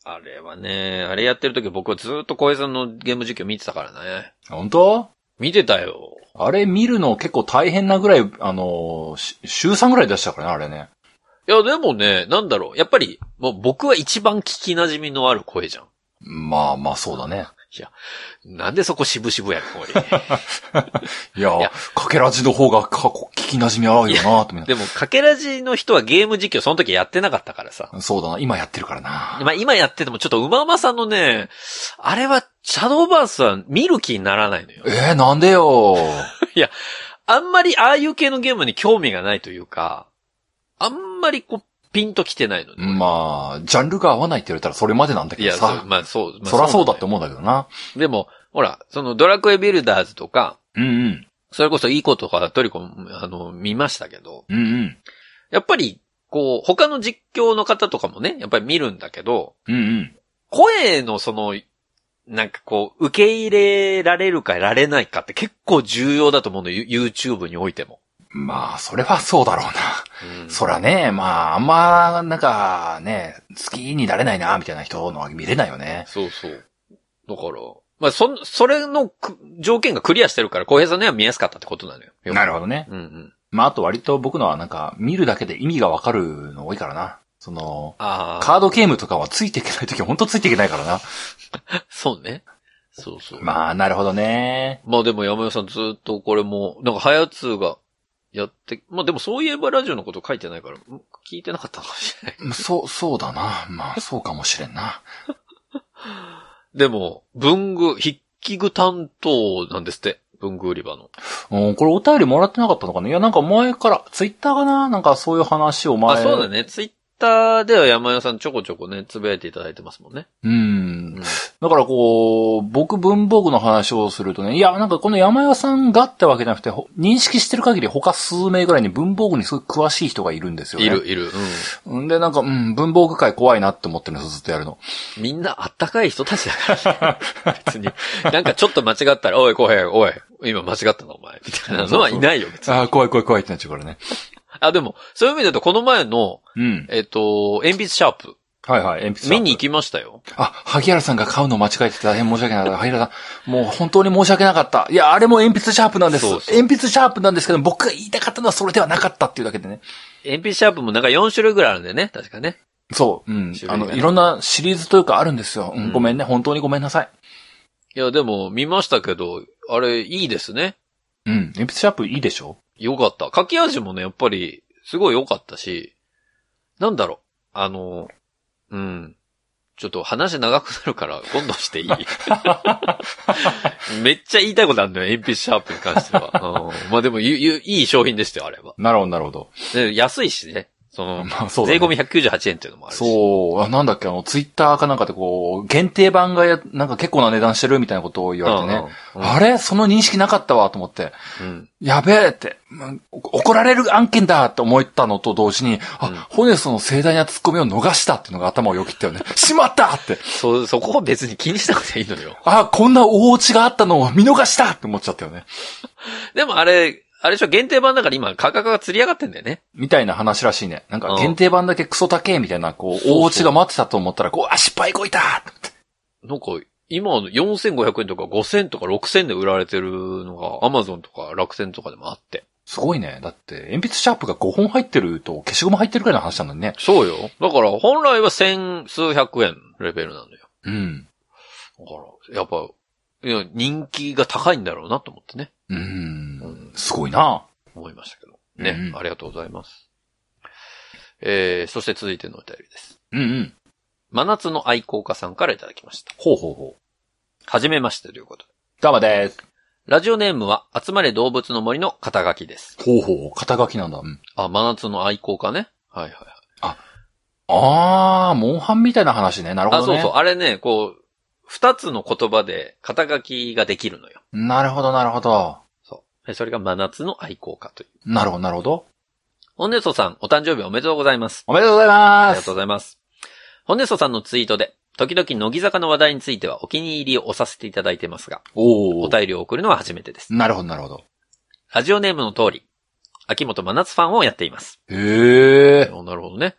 あれはね、あれやってる時僕はずっと小江さんのゲーム実況見てたからね。 本当？ 見てたよ。 あれ見るの結構大変なぐらい、あの、週さんぐらい出したからね、あれね。 いや、でもね、なんだろう。やっぱり、もう僕は一番聞き馴染みのある声じゃん。 まあまあ、そうだね。 いや、なんでそこ渋々やねん、 いや、いやかけらじの方がか聞き馴染みあるよなと思って。 でも、かけらじの人はゲーム実況その時やってなかったからさ。 そうだな、今やってるからな。 まあ今やっててもちょっとうまうまさんのね、あれは、シャドーバースは見る気にならないのよ。 えー、なんでよ。 いや、あんまりああいう系のゲームに興味がないというか、あんまりこう、ピンと来てないのね。 まあ、ジャンルが合わないって言われたらそれまでなんだけどさ。 いや、そまあそう。まあ、 そらそうだって思うんだけどな。 でも、ほら、そのドラクエビルダーズとか、 うんうん。 それこそいい子とかトリコ、あの、見ましたけど、 うんうん。 やっぱり、こう、他の実況の方とかもね、やっぱり見るんだけど、 うんうん。 声のその、なんかこう、受け入れられるかられないかって結構重要だと思うのよ、YouTube においても。 まあ、それはそうだろうな。 うん、 そらね、まあ、あんま、なんか、ね、好きになれないな、みたいな人のは見れないよね。 そうそう。だから、まあ、そ、それの条件がクリアしてるから、小平さんには見やすかったってことなのよ。 なるほどね。 うんうん。 まあ、あと割と僕のはなんか、見るだけで意味がわかるの多いからな。その、 あカードゲームとかはついていけないときはほんとついていけないからな。 そうね。そうそう。 まあ、なるほどね。 まあでも山代さんずっとこれも、なんかハヤツーがやって、まあでもそういえばラジオのこと書いてないから、聞いてなかったかもしれない。 そう、そうだな。まあ、そうかもしれんな。 でも、文具、筆記具担当なんですって。文具売り場の。 うん、これお便りもらってなかったのかな？いや、なんか前から、ツイッターかな？なんかそういう話を前。 あ、そうだね。ツイッターでは山代さんちょこちょこね、つぶやいていただいてますもんね。 うん。うん、 だからこう、僕文房具の話をするとね、いや、なんかこの山代さんがってわけじゃなくて、認識してる限り他数名ぐらいに文房具にすごい詳しい人がいるんですよね。 いる、いる。 うん。で、なんか、うん、文房具界怖いなって思ってるんですよ、ずっとやるの。 みんなあったかい人たちだから、ね。別に。なんかちょっと間違ったら、おい、小平、おい、今間違ったな、お前。みたいなのはいないよ、別に。 ああ、怖い怖い怖いってなっちゃうからね。 あ、でも、そういう意味だと、この前の、 うん。 えっと、鉛筆シャープ。 はいはい、鉛筆シャープ。 見に行きましたよ。 あ、萩原さんが買うのを間違えてて大変申し訳なかった。萩原さん、もう本当に申し訳なかった。いや、あれも鉛筆シャープなんです。そうそう鉛筆シャープなんですけど、僕が言いたかったのはそれではなかったっていうだけでね。 鉛筆シャープもなんかよん種類ぐらいあるんだよね、確かね。 そう、うん。あの、いろんなシリーズというかあるんですよ。うん、ごめんね、本当にごめんなさい。 いや、でも、見ましたけど、あれ、いいですね。 うん、鉛筆シャープいいでしょ？ よかった。書き味もね、やっぱり、すごい良かったし、なんだろう、あの、うん。ちょっと話長くなるから今度していいめっちゃ言いたいことあるんだよ、鉛筆シャープに関しては。うん、まあでもいい、いい商品でしたよ、あれは。 なるほど、なるほど。 で安いしね。その、 まあそうだね、 税込みひゃくきゅうじゅうはちえんっていうのもあるし。 そう、あ、なんだっけ、あの、ツイッターかなんかでこう、限定版がや、なんか結構な値段してるみたいなことを言われてね。うんうん、あれその認識なかったわ、と思って。うん、やべえって、怒られる案件だって思ったのと同時に、あ、うん、ホネストの盛大な突っ込みを逃したっていうのが頭をよぎったよね。しまったって。 そ、そこを別に気にしなくていいのよ。 あ、こんな大落ちがあったのを見逃したって思っちゃったよね。 でもあれ、あれでしょ、限定版だから今価格が釣り上がってんだよね。 みたいな話らしいね。なんか限定版だけクソ高えみたいな、こう、大落ちが待ってたと思ったら、こう、あ、失敗こいたって。 なんか、今よんせんごひゃくえんとかごせんとかろくせんで売られてるのが、アマゾンとか楽天とかでもあって。 すごいね。だって、鉛筆シャープがごほん入ってると、消しゴム入ってるくらいの話なのにね。 そうよ。だから、本来は千数百円レベルなのよ。 うん。 だから、やっぱ、いや、人気が高いんだろうなと思ってね。 うーん。すごいな。 思いましたけど。ね、うん。ありがとうございます。えー、そして続いてのお便りです。 うんうん。 真夏の愛好家さんからいただきました。 ほうほうほう。 はじめましてということで。 どうもです。 ラジオネームは、集まれ動物の森の肩書きです。 ほうほう、肩書きなんだ。うん。 あ、真夏の愛好家ね。はいはいはい。 あ、あー、モンハンみたいな話ね。なるほどね。 あ、そうそう。あれね、こう、二つの言葉で肩書きができるのよ。 なるほどなるほど。 そう。それが真夏の愛好家という。 なるほどなるほど。 ホネソさん、お誕生日おめでとうございます。 おめでとうございます。 ありがとうございます。ホネソさんのツイートで、時々乃木坂の話題についてはお気に入りを押させていただいてますが、 おお便りを送るのは初めてです。 なるほどなるほど。 ラジオネームの通り、秋元真夏ファンをやっています。 へー。 なるほどね。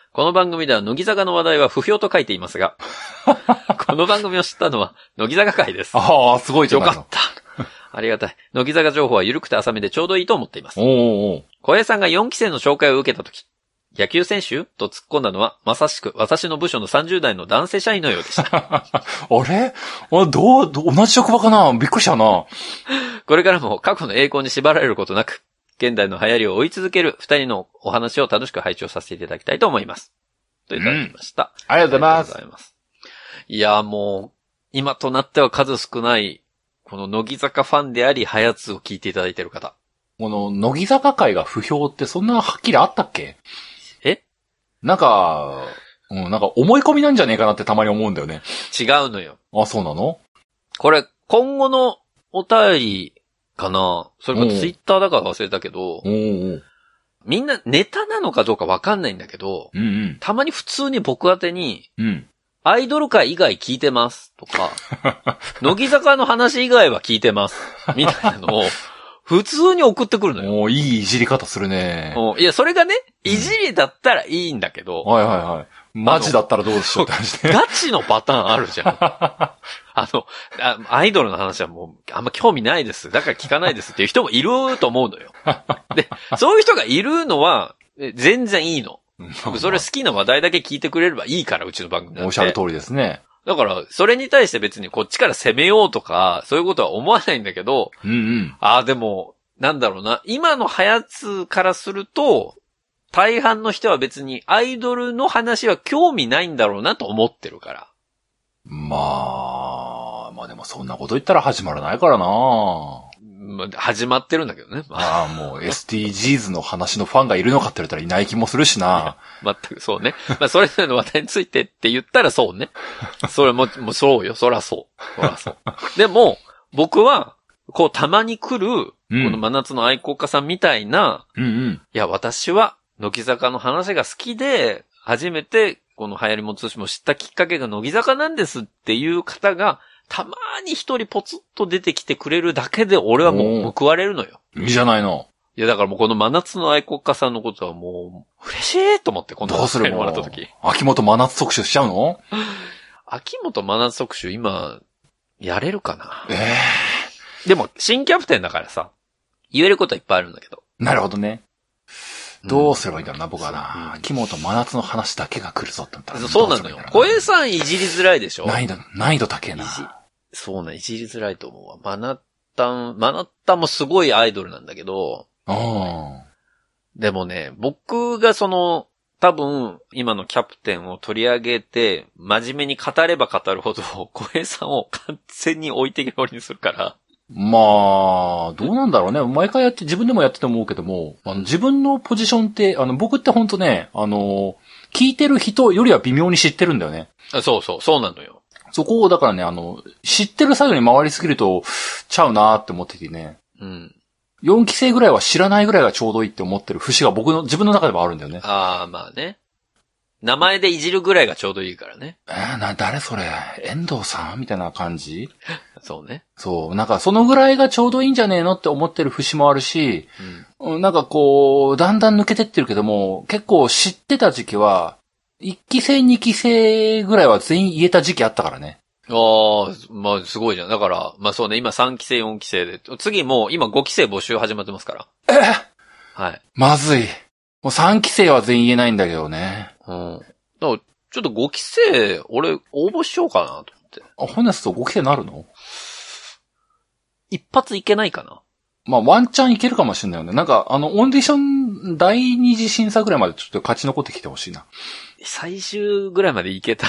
この番組では乃木坂の話題は不評と書いていますが、この番組を知ったのは乃木坂会です。 ああ、すごいじゃないの。 よかった。ありがたい。乃木坂情報は緩くて浅めでちょうどいいと思っています。 おーおー。 小平さんがよんき生の紹介を受けたとき、野球選手と突っ込んだのは、まさしく私の部署のさんじゅう代の男性社員のようでした。 あれあ、どう、ど同じ職場かなびっくりしたな。 これからも過去の栄光に縛られることなく、現代の流行りを追い続ける二人のお話を楽しく拝聴させていただきたいと思います。といただきました。 うん、ありがとうございます。 ありがとうございます。いや、もう、今となっては数少ない、この乃木坂ファンであり、ハヤツを聞いていただいている方。 この、乃木坂会が不評ってそんなはっきりあったっけ？ え？ なんか、うん、なんか思い込みなんじゃねえかなってたまに思うんだよね。 違うのよ。 あ、そうなの？ これ、今後のお便りかな？それかツイッターだから忘れたけど、 おうおう、みんなネタなのかどうかわかんないんだけど、 うんうん、 たまに普通に僕宛てに、 うん、 アイドル界以外聞いてますとか、乃木坂の話以外は聞いてますみたいなのを普通に送ってくるのよ。 おー、いいいじり方するね。 いや、それがね、いじりだったらいいんだけど、 うん、はいはいはい。マジだったらどうでしょうって話ね。 ガチのパターンあるじゃん。あのあ、アイドルの話はもうあんま興味ないです。だから聞かないですっていう人もいると思うのよ。で、そういう人がいるのは全然いいの。それ好きな話題だけ聞いてくれればいいから、うちの番組なんて。 おっしゃる通りですね。 だから、それに対して別にこっちから攻めようとか、そういうことは思わないんだけど、 うんうん。 ああ、でも、なんだろうな、今のハヤツからすると、大半の人は別にアイドルの話は興味ないんだろうなと思ってるから。 まあ、まあでもそんなこと言ったら始まらないからな。 まあ、始まってるんだけどね。まああ、もう エスディージーズ の話のファンがいるのかって言われたらいない気もするしな。 全くそうね。まあ、それぞれの話題についてって言ったらそうね。それも、もうそうよ。そらそう。そらそう。でも、僕は、こう、たまに来る、この真夏の愛好家さんみたいな、 うんうん、 いや、私は、乃木坂の話が好きで、初めて、この流行りも通信も知ったきっかけが乃木坂なんですっていう方が、たまに一人ポツッと出てきてくれるだけで、俺はもう報われるのよ。 いいじゃないの。 いや、だからもうこの真夏の愛国家さんのことはもう、嬉しいと思って、このどうするもらった時。 秋元真夏特集しちゃうの？ 秋元真夏特集今、やれるかな？ ええー。でも、新キャプテンだからさ、言えることはいっぱいあるんだけど。 なるほどね。どうすればいいんだろうな、うん、僕はな。秋元真夏の話だけが来るぞって言ったら。 そうなのよ。小江さんいじりづらいでしょ？ 難易度、難易度高えな。 そうね、いじりづらいと思うわ。マナッタン、マナッタンもすごいアイドルなんだけど、でもね、僕がその、多分、今のキャプテンを取り上げて、真面目に語れば語るほど、小平さんを完全に置いてけぼりにするから。 まあ、どうなんだろうね。毎回やって、自分でもやってて思うけども、あの自分のポジションって、あの、僕ってほんとね、あの、聞いてる人よりは微妙に知ってるんだよね。 そうそう、そうなのよ。 そこを、だからね、あの、知ってる作業に回りすぎると、ちゃうなーって思っててね。 うん。 よんき生ぐらいは知らないぐらいがちょうどいいって思ってる節が僕の、自分の中でもあるんだよね。 ああ、まあね。名前でいじるぐらいがちょうどいいからね。 えー、な、誰それ遠藤さんみたいな感じ？ そうね。 そう。なんかそのぐらいがちょうどいいんじゃねえのって思ってる節もあるし、うん、なんかこう、だんだん抜けてってるけども、結構知ってた時期は、いっき生にき生ぐらいは全員言えた時期あったからね。 ああ、まあすごいじゃん。だから、まあそうね、今さんき生よんき生で、次もう今ごき生募集始まってますから。 えー、 はい。 まずい。もうさんき生は全員言えないんだけどね。 うん。だからちょっとごき生、俺応募しようかなと思って。 あ、ホネスとごき生なるの？ 一発いけないかな？ まあワンチャンいけるかもしれないよね。なんかあのオーディション第二次審査ぐらいまでちょっと勝ち残ってきてほしいな。 最終ぐらいまでいけた。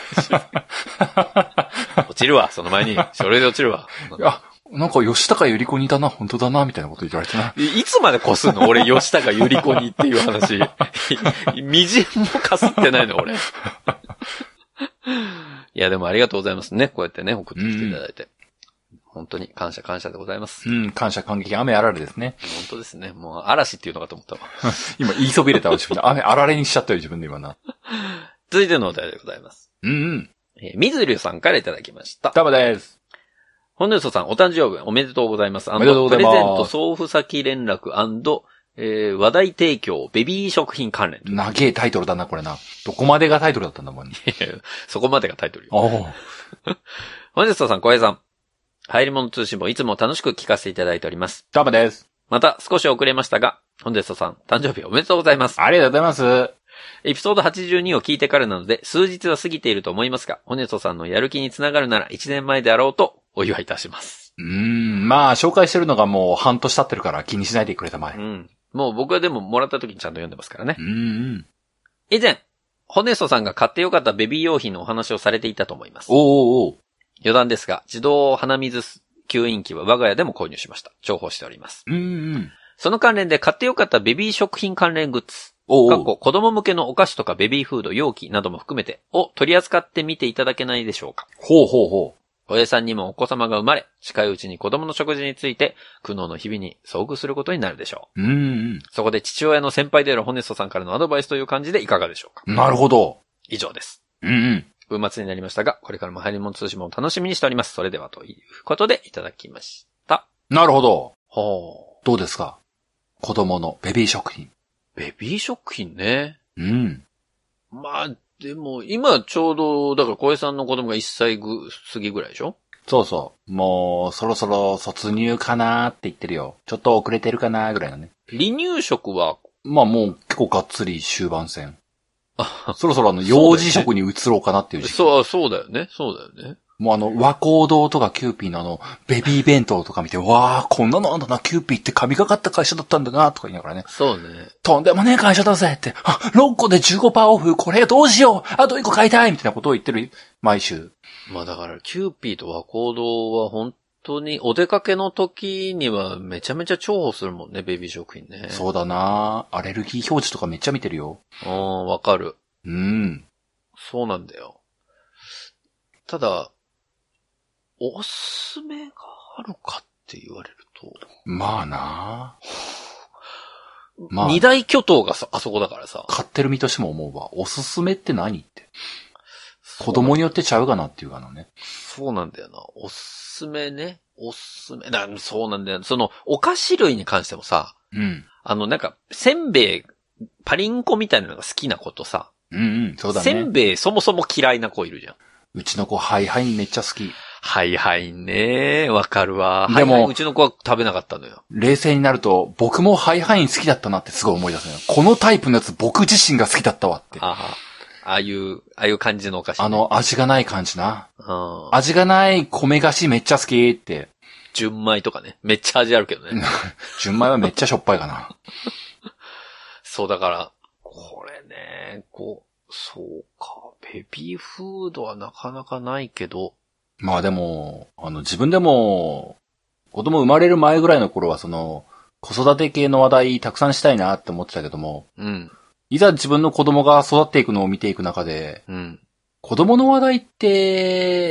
落ちるわ、その前に。それで落ちるわ。 いや、なんか吉高由里子にだな、本当だな、みたいなこと言われてな。 いつまでこすんの？俺吉高由里子にっていう話。みじんもかすってないの、俺。いや、でもありがとうございますね。こうやってね、送ってきていただいて。うん、本当に感謝感謝でございます。 うん、感謝感激、雨あられですね。 本当ですね。もう嵐っていうのかと思ったわ。 今言いそびれたわ、自分で。雨あられにしちゃったよ、自分で今な。 続いてのお題でございます。 うんうん。 えー、みずりゅうさんからいただきました。 たまです。 本日さん、お誕生日おめでとうございます。 おめでとうございます。 プレゼント送付先連絡&、 えー、話題提供、ベビー食品関連。 長えタイトルだな、これな。どこまでがタイトルだったんだもんね。 そこまでがタイトルよ。 おー。 本日さん、小平さん。入り物通信簿いつも楽しく聞かせていただいております。 どうもです。 また少し遅れましたが、本日さん、誕生日おめでとうございます。 ありがとうございます。 エピソードはちじゅうにを聞いてからなので、数日は過ぎていると思いますが、ホネソさんのやる気につながるならいちねんまえであろうとお祝いいたします。 うーん、まあ、紹介してるのがもう半年経ってるから気にしないでくれたまえ。 うん。もう僕はでももらった時にちゃんと読んでますからね。 うんうん。 以前、ホネソさんが買ってよかったベビー用品のお話をされていたと思います。 おーおーおー。 余談ですが、自動鼻水吸引器は我が家でも購入しました。重宝しております。 うんうん。 その関連で買ってよかったベビー食品関連グッズ。 おうおう。 かっこ子供向けのお菓子とかベビーフード、容器なども含めてを取り扱ってみていただけないでしょうか。 ほうほうほう。 おやさんにもお子様が生まれ、近いうちに子供の食事について苦悩の日々に遭遇することになるでしょう。うんうん。 そこで父親の先輩であるホネストさんからのアドバイスという感じでいかがでしょうか。 なるほど。 以上です。 うんうん。 文末になりましたが、これからも入り物通信も楽しみにしております。それではということでいただきました。 なるほど。 ほう。 どうですか？子供のベビー食品。 ベビー食品ね。 うん。 まあ、でも、今ちょうど、だから小江さんの子供がいっさい過ぎぐらいでしょ？ そうそう。もう、そろそろ卒乳かなーって言ってるよ。ちょっと遅れてるかなーぐらいのね。 離乳食はまあもう結構がっつり終盤戦。 あ、 そろそろあの、幼児食に移ろうかなっていう時期。 そう、そうだよね。そうだよね。 もうあの、和光堂とかキューピーのあの、ベビー弁当とか見て、わー、こんなのあんだな、キューピーって神がかった会社だったんだな、とか言いながらね。 そうね。 とんでもねえ会社だぜって、あ、ろっこで じゅうごパーセント オフ、これどうしよう、あといっこ買いたいみたいなことを言ってる、毎週。 まあだから、キューピーと和光堂は本当にお出かけの時にはめちゃめちゃ重宝するもんね、ベビー食品ね。 そうだなアレルギー表示とかめっちゃ見てるよ。 うん、わかる。 うん。 そうなんだよ。ただ、おすすめがあるかって言われると。 まあなまあ。 二大巨頭がさ、あそこだからさ。 買ってる身としても思うわ。おすすめって何って。子供によってちゃうかなっていうかのね。 そうなんだよな。おすすめね。おすすめ。だそうなんだよ。その、お菓子類に関してもさ。 うん。 あの、なんか、せんべい、パリンコみたいなのが好きな子とさ。 うんうん、そうだね。 せんべいそもそも嫌いな子いるじゃん。 うちの子、ハイハイめっちゃ好き。 はいはいね。わかるわ。 でも、 はいはい、うちの子は食べなかったのよ。 冷静になると、僕もハイハイ好きだったなってすごい思い出すのよ。このタイプのやつ僕自身が好きだったわって。 ああ。ああいう、ああいう感じのお菓子、ね。 あの、味がない感じな。 うん、 味がない米菓子めっちゃ好きって。 純米とかね。めっちゃ味あるけどね。 純米はめっちゃしょっぱいかな。 そうだから、これね、こう、そうか。ベビーフードはなかなかないけど。 まあでも、あの、自分でも、子供生まれる前ぐらいの頃はその、子育て系の話題たくさんしたいなって思ってたけども、 うん。 いざ自分の子供が育っていくのを見ていく中で、 うん。 子供の話題って、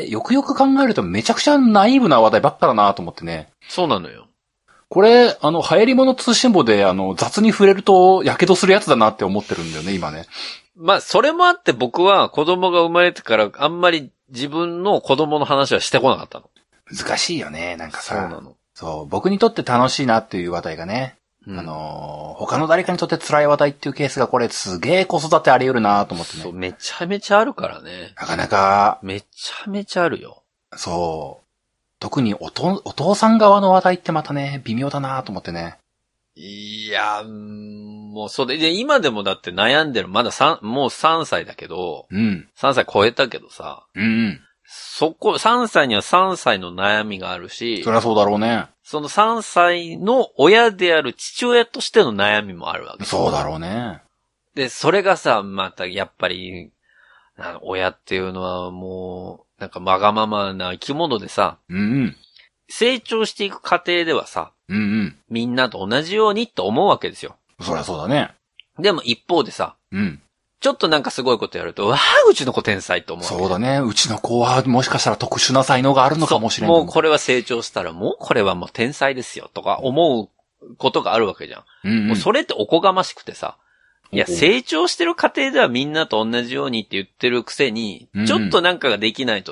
よくよく考えるとめちゃくちゃナイーブな話題ばっかだなと思ってね。 そうなのよ。 これ、あの、流行り物通信簿で、あの、雑に触れると、火傷するやつだなって思ってるんだよね、今ね。 まあ、それもあって僕は子供が生まれてからあんまり自分の子供の話はしてこなかったの。 難しいよね、なんかさ。 そうなの。 そう、僕にとって楽しいなっていう話題がね。うん、あのー、他の誰かにとって辛い話題っていうケースがこれすげえ子育てあり得るなと思ってね。 そう、めちゃめちゃあるからね。 なかなか。 めちゃめちゃあるよ。 そう。特におと、お父さん側の話題ってまたね、微妙だなと思ってね。 いや、もうそれで、今でもだって悩んでる、まださん、もうさんさいだけど、 うん。 さんさい超えたけどさ、 うんうん。 そこ、さんさいにはさんさいの悩みがあるし、 そりゃそうだろうね。 そのさんさいの親である父親としての悩みもあるわけ。 そうだろうね。 で、それがさ、またやっぱり、あの親っていうのはもう、なんかわがままな生き物でさ、 うんうん。 成長していく過程ではさ、 うんうん。 みんなと同じようにって思うわけですよ。 そりゃそうだね。 でも一方でさ、 うん。 ちょっとなんかすごいことやると、わあ、うちの子天才と思う。 そうだね。うちの子はもしかしたら特殊な才能があるのかもしれない。 もうこれは成長したら、もうこれはもう天才ですよとか思うことがあるわけじゃん。 うんうん、 もうそれっておこがましくてさ、いや、成長してる過程ではみんなと同じようにって言ってるくせに、うんうん、ちょっとなんかができないとさ、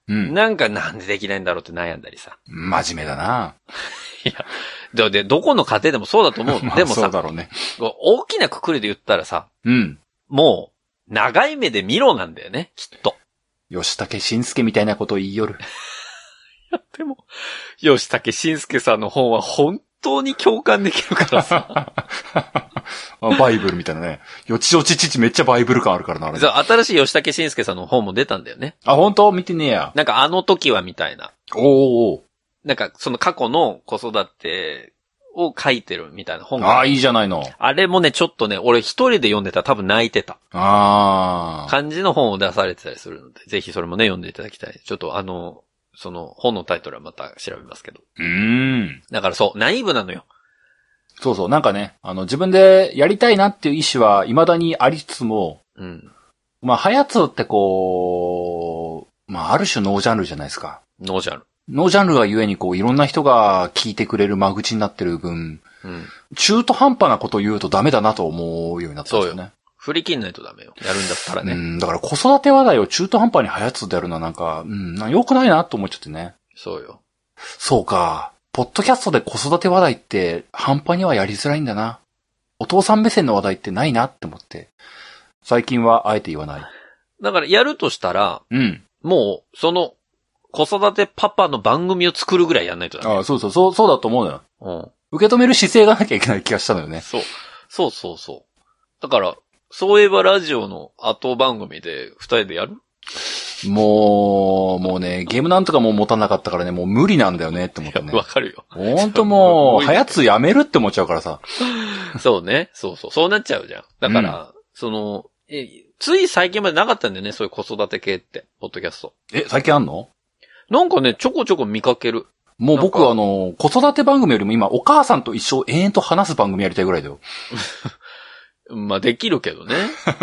うん。 なんかなんでできないんだろうって悩んだりさ。 真面目だな。 いや、で、でどこの家庭でもそうだと思う。 まあでもさ、 そうだろうね。 大きなくくりで言ったらさ、 うん。 もう、長い目で見ろなんだよね、きっと。 吉武慎介みたいなことを言いよる。 いや、でも、吉武慎介さんの本は本当に共感できるからさ。 バイブルみたいなね。よちよちちちめっちゃバイブル感あるからな、あれ、ね。 そう、新しい吉武慎介さんの本も出たんだよね。 あ、本当見てねえや。 なんかあの時はみたいな。 おー。 なんかその過去の子育てを書いてるみたいな本が。 ああ、いいじゃないの。 あれもね、ちょっとね、俺一人で読んでたら多分泣いてた。 ああ。 感じの本を出されてたりするので、ぜひそれもね、読んでいただきたい。ちょっとあの、その本のタイトルはまた調べますけど。 うーん。 だからそう、ナイーブなのよ。 そうそう、なんかね、あの、自分でやりたいなっていう意思は未だにありつつも、 うん。 まあ、はやつってこう、まあ、ある種ノージャンルじゃないですか。 ノージャンル。 ノージャンルがゆえにこう、いろんな人が聞いてくれる間口になってる分、 うん。 中途半端なことを言うとダメだなと思うようになったんですよね。そうよ。 振り切んないとダメよ。やるんだったらね。 うん、だから子育て話題を中途半端にはやつでやるのはなんか、うん、良くないなと思っちゃってね。 そうよ。 そうか。ポッドキャストで子育て話題って半端にはやりづらいんだな。お父さん目線の話題ってないなって思って。最近はあえて言わない。 だからやるとしたら、 うん。 もう、その、子育てパパの番組を作るぐらいやんないとダメ。 ああ、そうそう、そう、そうだと思うのよ。 うん。 受け止める姿勢がなきゃいけない気がしたのよね。 そう。そうそうそう。だから、そういえばラジオの後番組で二人でやる？ もう、もうね、ゲームなんとかもう持たなかったからね、もう無理なんだよねって思ってね。 わかるよ。 ほんともう、はやつやめるって思っちゃうからさ。 そうね。そうそう。そうなっちゃうじゃん。だから、うん、その、え、つい最近までなかったんだよね、そういう子育て系って、ポッドキャスト。 え、最近あんの？ なんかね、ちょこちょこ見かける。 もう僕あの、子育て番組よりも今、お母さんと一生延々と話す番組やりたいぐらいだよ。 まあ、できるけどね。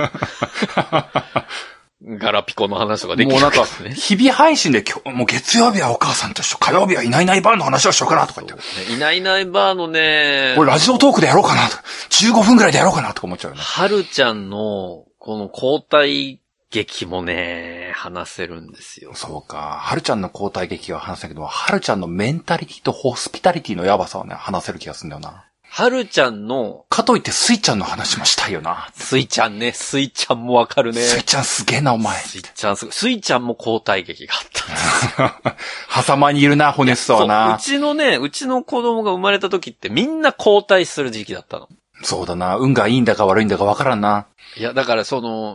ガラピコの話とかできる、ね。 もうなんか、日々配信で今日、もう月曜日はお母さんと一緒、火曜日はいないいないバーの話をしようかなとか言って。 ね、いないいないバーのね。 これラジオトークでやろうかなと。じゅうごふんくらいでやろうかなとか思っちゃうよね。 はるちゃんの、この交代劇もね、話せるんですよ。 そうか。はるちゃんの交代劇は話せないけど、はるちゃんのメンタリティとホスピタリティのやばさはね、話せる気がするんだよな。 はるちゃんの、 かといってスイちゃんの話もしたいよな。 スイちゃんね、スイちゃんもわかるね。 スイちゃんすげえな、お前。 スイちゃんすごい。スイちゃんも交代劇があったんです。 狭間にいるな、骨すはな。 うちのね、うちの子供が生まれた時ってみんな交代する時期だったの。 そうだな。運がいいんだか悪いんだかわからんな。 いや、だからその、うん、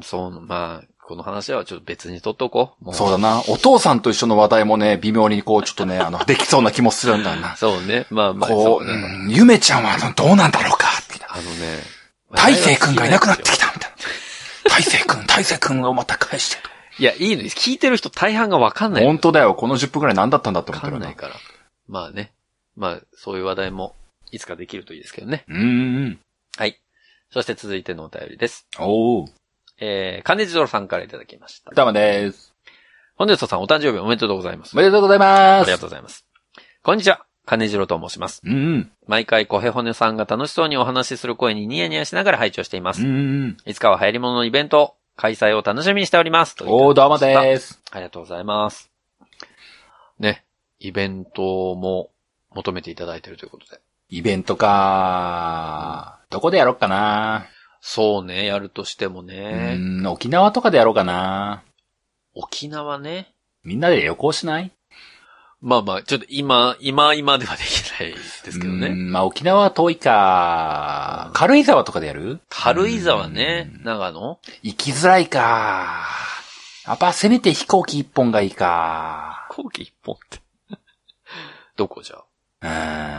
そう、まあ、この話はちょっと別にとっとこう。 もうそうだな。お父さんと一緒の話題もね、微妙にこう、ちょっとね、あの、できそうな気もするんだな。 そうね。まあまあ、 こう、 そうね、 うん、ゆめちゃんはどうなんだろうか、みたいな。 あのね、 大勢くんがいなくなってきた、みたいな。大勢くん、大勢くんをまた返してと。 いや、いいのです。聞いてる人大半がわかんない。 本当だよ。このじゅっぷんくらい何だったんだって思ってる。 わかんないから。まあね。まあ、そういう話題もいつかできるといいですけどね。 うん。 はい。そして続いてのお便りです。 おー。 えー、金次郎さんからいただきました。 どうもです。 本日さんお誕生日おめでとうございます。 おめでとうございます。 ありがとうございます。こんにちは。金次郎と申します。 うんうん。 毎回小へほねさんが楽しそうにお話しする声にニヤニヤしながら拝聴しています。 うんうん。 いつかは流行り物のイベント、開催を楽しみにしております。 おー、どうもです。 ありがとうございます。ね、イベントも求めていただいているということで。 イベントかー。どこでやろうかな。 そうね、やるとしてもね。 うん、沖縄とかでやろうかな。 沖縄ね。 みんなで旅行しない？ まあまあ、ちょっと今、今、今ではできないですけどね。 うん、まあ沖縄は遠いか、うん。軽井沢とかでやる？ 軽井沢ね。長野？ 行きづらいか。やっぱせめて飛行機一本がいいか。 飛行機一本って。どこじゃ？ うん、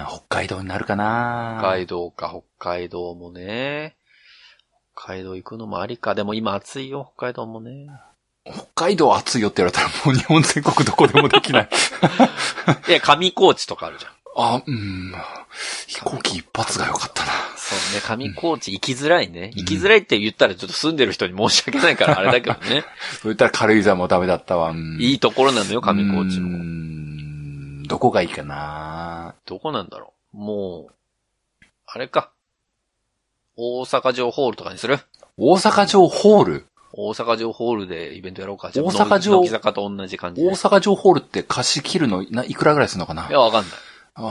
北海道になるかな。 北海道か、北海道もね。北海道行くのもありか。でも今暑いよ、北海道もね。 北海道暑いよって言われたらもう日本全国どこでもできない。 いや、上高地とかあるじゃん。 あ、うん。飛行機一発が良かったな。 そうね、上高地行きづらいね。行きづらいって言ったらちょっと住んでる人に申し訳ないからあれだけどね。 そう言ったら軽井沢もダメだったわ。うん、 いいところなのよ、上高地も。 うん、どこがいいかな。 どこなんだろう。もう、あれか。大阪城ホールとかにする？ 大阪城ホール？ 大阪城ホールでイベントやろうか。 大阪城乃木坂と同じ感じで。 大阪城ホールって貸し切るのな、いくらぐらいするのかな？ いや、わかんない。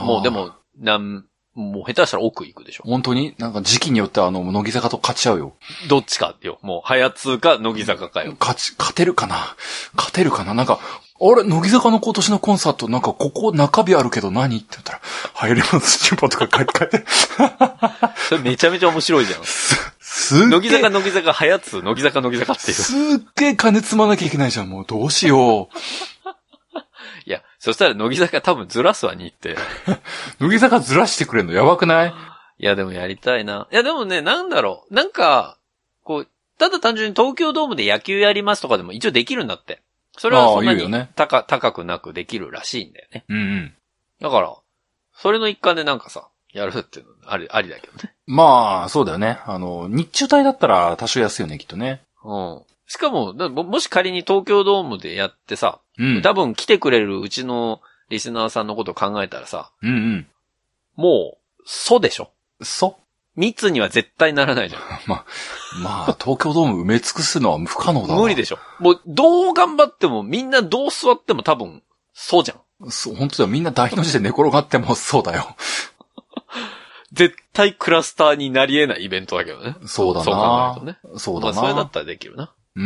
もうでも、なん、もう下手したら奥行くでしょ。 本当になんか時期によってはあの、乃木坂と勝っちゃうよ。 どっちかよ。もう、はやつか乃木坂かよ。 勝ち、勝てるかな勝てるかななんか、あれ、乃木坂の今年のコンサート、なんかここ中日あるけど何って言ったら、入りますチンポとか書いて書いて。 それめちゃめちゃ面白いじゃん。 す、すっげえ。 乃木坂乃木坂はやつ、乃木坂乃木坂っていう。 すっげえ金積まなきゃいけないじゃん。もうどうしよう。 いや、そしたら乃木坂多分ずらすわにって。 乃木坂ずらしてくれんのやばくない？ いや、でもやりたいな。いや、でもね、なんだろう。なんか、こう、ただ単純に東京ドームで野球やりますとかでも一応できるんだって。それはそんなに高、高くなくできるらしいんだよね。 うんうん。 だから、それの一環でなんかさ、やるっていうのあり、ありだけどね。 まあ、そうだよね。あの、日中帯だったら多少安いよね、きっとね。 うん。しかも、も、もし仮に東京ドームでやってさ、 うん、 多分来てくれるうちのリスナーさんのことを考えたらさ、 うんうん。 もう、そうでしょ？ そ密には絶対ならないじゃん。 まあ、まあ、東京ドーム埋め尽くすのは不可能だわ。 無理でしょ。もう、どう頑張っても、みんなどう座っても多分、そうじゃん。 そう、本当だよ。みんな大の字で寝転がってもそうだよ。 絶対クラスターになり得ないイベントだけどね。 そうだな。 そう考えるとね。 そうだな。 まあ、それだったらできるな。 うん。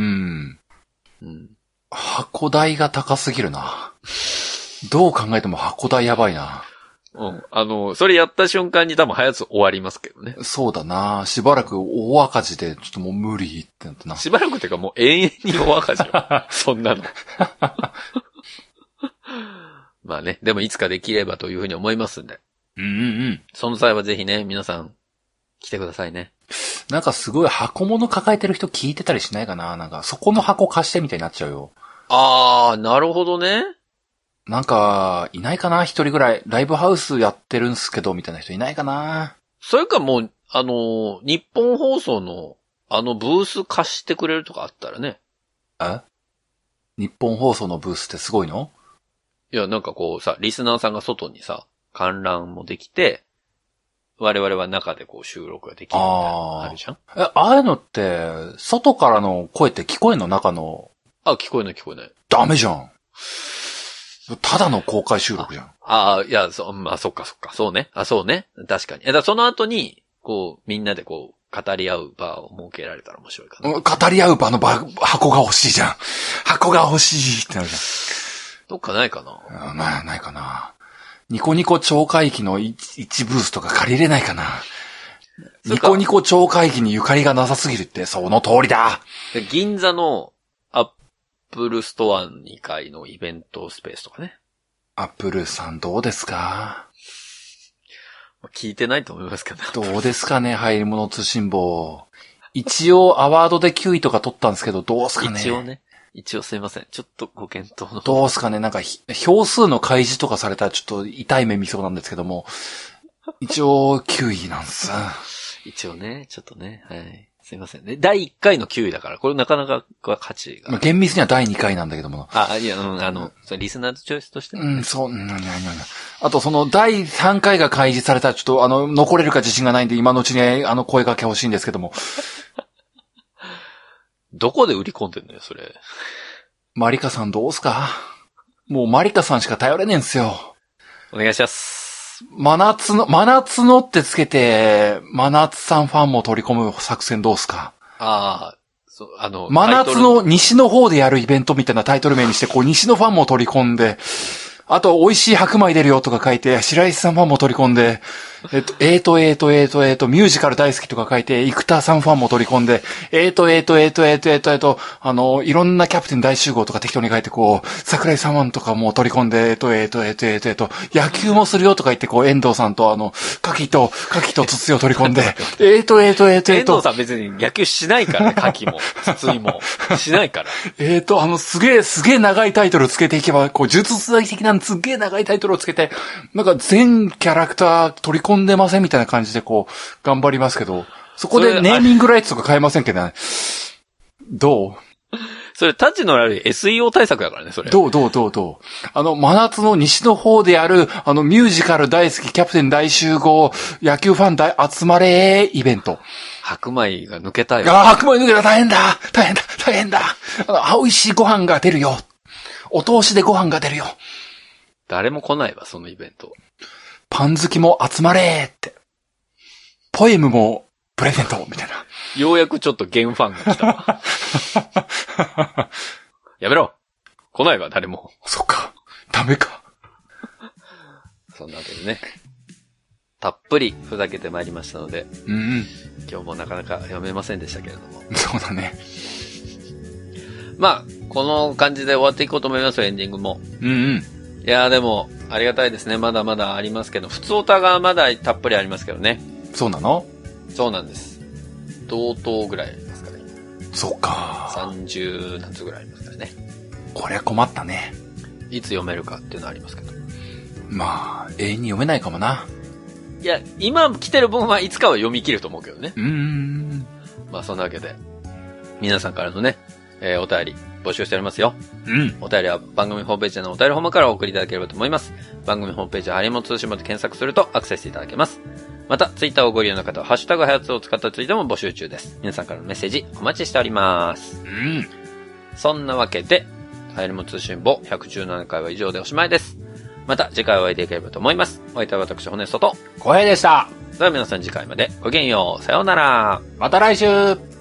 うん。 箱代が高すぎるな。どう考えても箱代やばいな。 うん。あの、それやった瞬間に多分早く終わりますけどね。 そうだな。しばらく大赤字で、ちょっともう無理ってなってな。 しばらくっていうかもう永遠に大赤字よ。そんなの。まあね。でもいつかできればというふうに思いますんで。 うんうんうん。 その際はぜひね、皆さん、来てくださいね。 なんかすごい箱物抱えてる人聞いてたりしないかな。なんか、そこの箱貸してみたいになっちゃうよ。 あー、なるほどね。 なんか、いないかな一人ぐらい。ライブハウスやってるんすけど、みたいな人いないかな。 それかもう、あの、日本放送の、あのブース貸してくれるとかあったらね。 え？日本放送のブースってすごいの？ いや、なんかこうさ、リスナーさんが外にさ、観覧もできて、我々は中でこう収録ができるみたいなのあるじゃん？ え、ああいうのって、外からの声って聞こえんの？中の。 あ、聞こえない聞こえない。 ダメじゃん。ただの公開収録じゃん。 ああ、いや、そ、まあ、そっかそっか。そうね。あ、そうね。確かに。え、だからその後に、こう、みんなでこう、語り合う場を設けられたら面白いかな。 語り合う場の場、箱が欲しいじゃん。箱が欲しいってなるじゃん。 どっかないかな？ な、ないかな。ニコニコ超会議の一ブースとか借りれないかな。ニコニコ超会議にゆかりがなさすぎるって、その通りだ。 銀座のアップルストアにかいのイベントスペースとかね。 アップルさんどうですか？ 聞いてないと思いますけど。 どうですかね、入り物通信簿。一応アワードできゅういとか取ったんですけど、どうすかね。 一応ね。一応すいません。ちょっとご検討の。 どうすかね、なんか、票数の開示とかされたらちょっと痛い目見そうなんですけども。一応きゅういなんです。 一応ね、ちょっとね、はい。すいませんね。だいいっかいのきゅういだから、これなかなか価値が。 まあ、厳密にはだいにかいなんだけども。 あ、いや、うん、あの、それリスナーズチョイスとして、 ね。うん、そう、うん、なになになに。あと、その、だいさんかいが開示されたら、ちょっと、あの、残れるか自信がないんで、今のうちに、あの、声掛け欲しいんですけども。 どこで売り込んでんのよ、それ。 マリカさんどうすか？もうマリカさんしか頼れねえんすよ。 お願いします。 真夏の、真夏のってつけて、真夏さんファンも取り込む作戦どうすか？ ああ、そう、あの、 真夏の西の方でやるイベントみたいなタイトル名にして、こう、西のファンも取り込んで、あと、美味しい白米出るよとか書いて、白石さんファンも取り込んで、えっと、えーと、えーと、えーと、えーと、ミュージカル大好きとか書いて、生田さんファンも取り込んで、えーと、えーと、えーと、えーと、えーと、えーと、あの、いろんなキャプテン大集合とか適当に書いて、こう、桜井さんファンとかも取り込んで、えーと、えーと、えーと、えーと、えーと、野球もするよとか言って、こう、遠藤さんと、あの、柿と、柿と筒井を取り込んで、えーと、えーと、えーと、えーと、 遠藤さん別に野球しないからね、柿も、筒井も。しないから。 えーと、あの、すげえ、すげえ長いタイトルつけていけば、こう、術伝的なすげえ長いタイトルをつけて、なんか全キャラクター取り込んでませんみたいな感じでこう、頑張りますけど、そこでネーミングライツとか変えませんけどね。どう？ それ、タッチのある エスイーオー 対策だからね、それ。 どうどうどうどうあの、真夏の西の方である、あの、ミュージカル大好きキャプテン大集合、野球ファン大集まれイベント。 白米が抜けたよ。 ああ、白米抜けた、大変だ大変だ大変だあの、美味しいご飯が出るよ。お通しでご飯が出るよ。 誰も来ないわ、そのイベント。 パン好きも集まれって。ポエムもプレゼントみたいな。 ようやくちょっとゲンファンが来たわ。やめろ来ないわ、誰も。 そっか。ダメか。 そんなわけでね。たっぷりふざけてまいりましたので。 うんうん。 今日もなかなか読めませんでしたけれども。 そうだね。 まあ、この感じで終わっていこうと思いますよ、エンディングも。 うんうん。 いやーでも、ありがたいですね。まだまだありますけど、普通オタがまだたっぷりありますけどね。 そうなの？ そうなんです。同等ぐらいありますからね。 そうか。 さんじゅう何つぐらいありますからね。 こりゃ困ったね。 いつ読めるかっていうのはありますけど。 まあ、永遠に読めないかもな。 いや、今来てる分はいつかは読み切ると思うけどね。 うーん。 まあそんなわけで、皆さんからのね、えー、お便り募集しておりますよ。 うん。 お便りは番組ホームページのお便りフォームからお送りいただければと思います。番組ホームページはハリモン通信簿で検索するとアクセスいただけます。また、ツイッターをご利用の方は、ハッシュタグはやつを使ったツイートも募集中です。皆さんからのメッセージお待ちしております。 うん。そんなわけで、ハリモン通信簿ひゃくじゅうななかいは以上でおしまいです。また次回お会いできればと思います。お相手は私、ホネストと、 小平でした。 では皆さん次回までごきげんよう。さようなら。 また来週。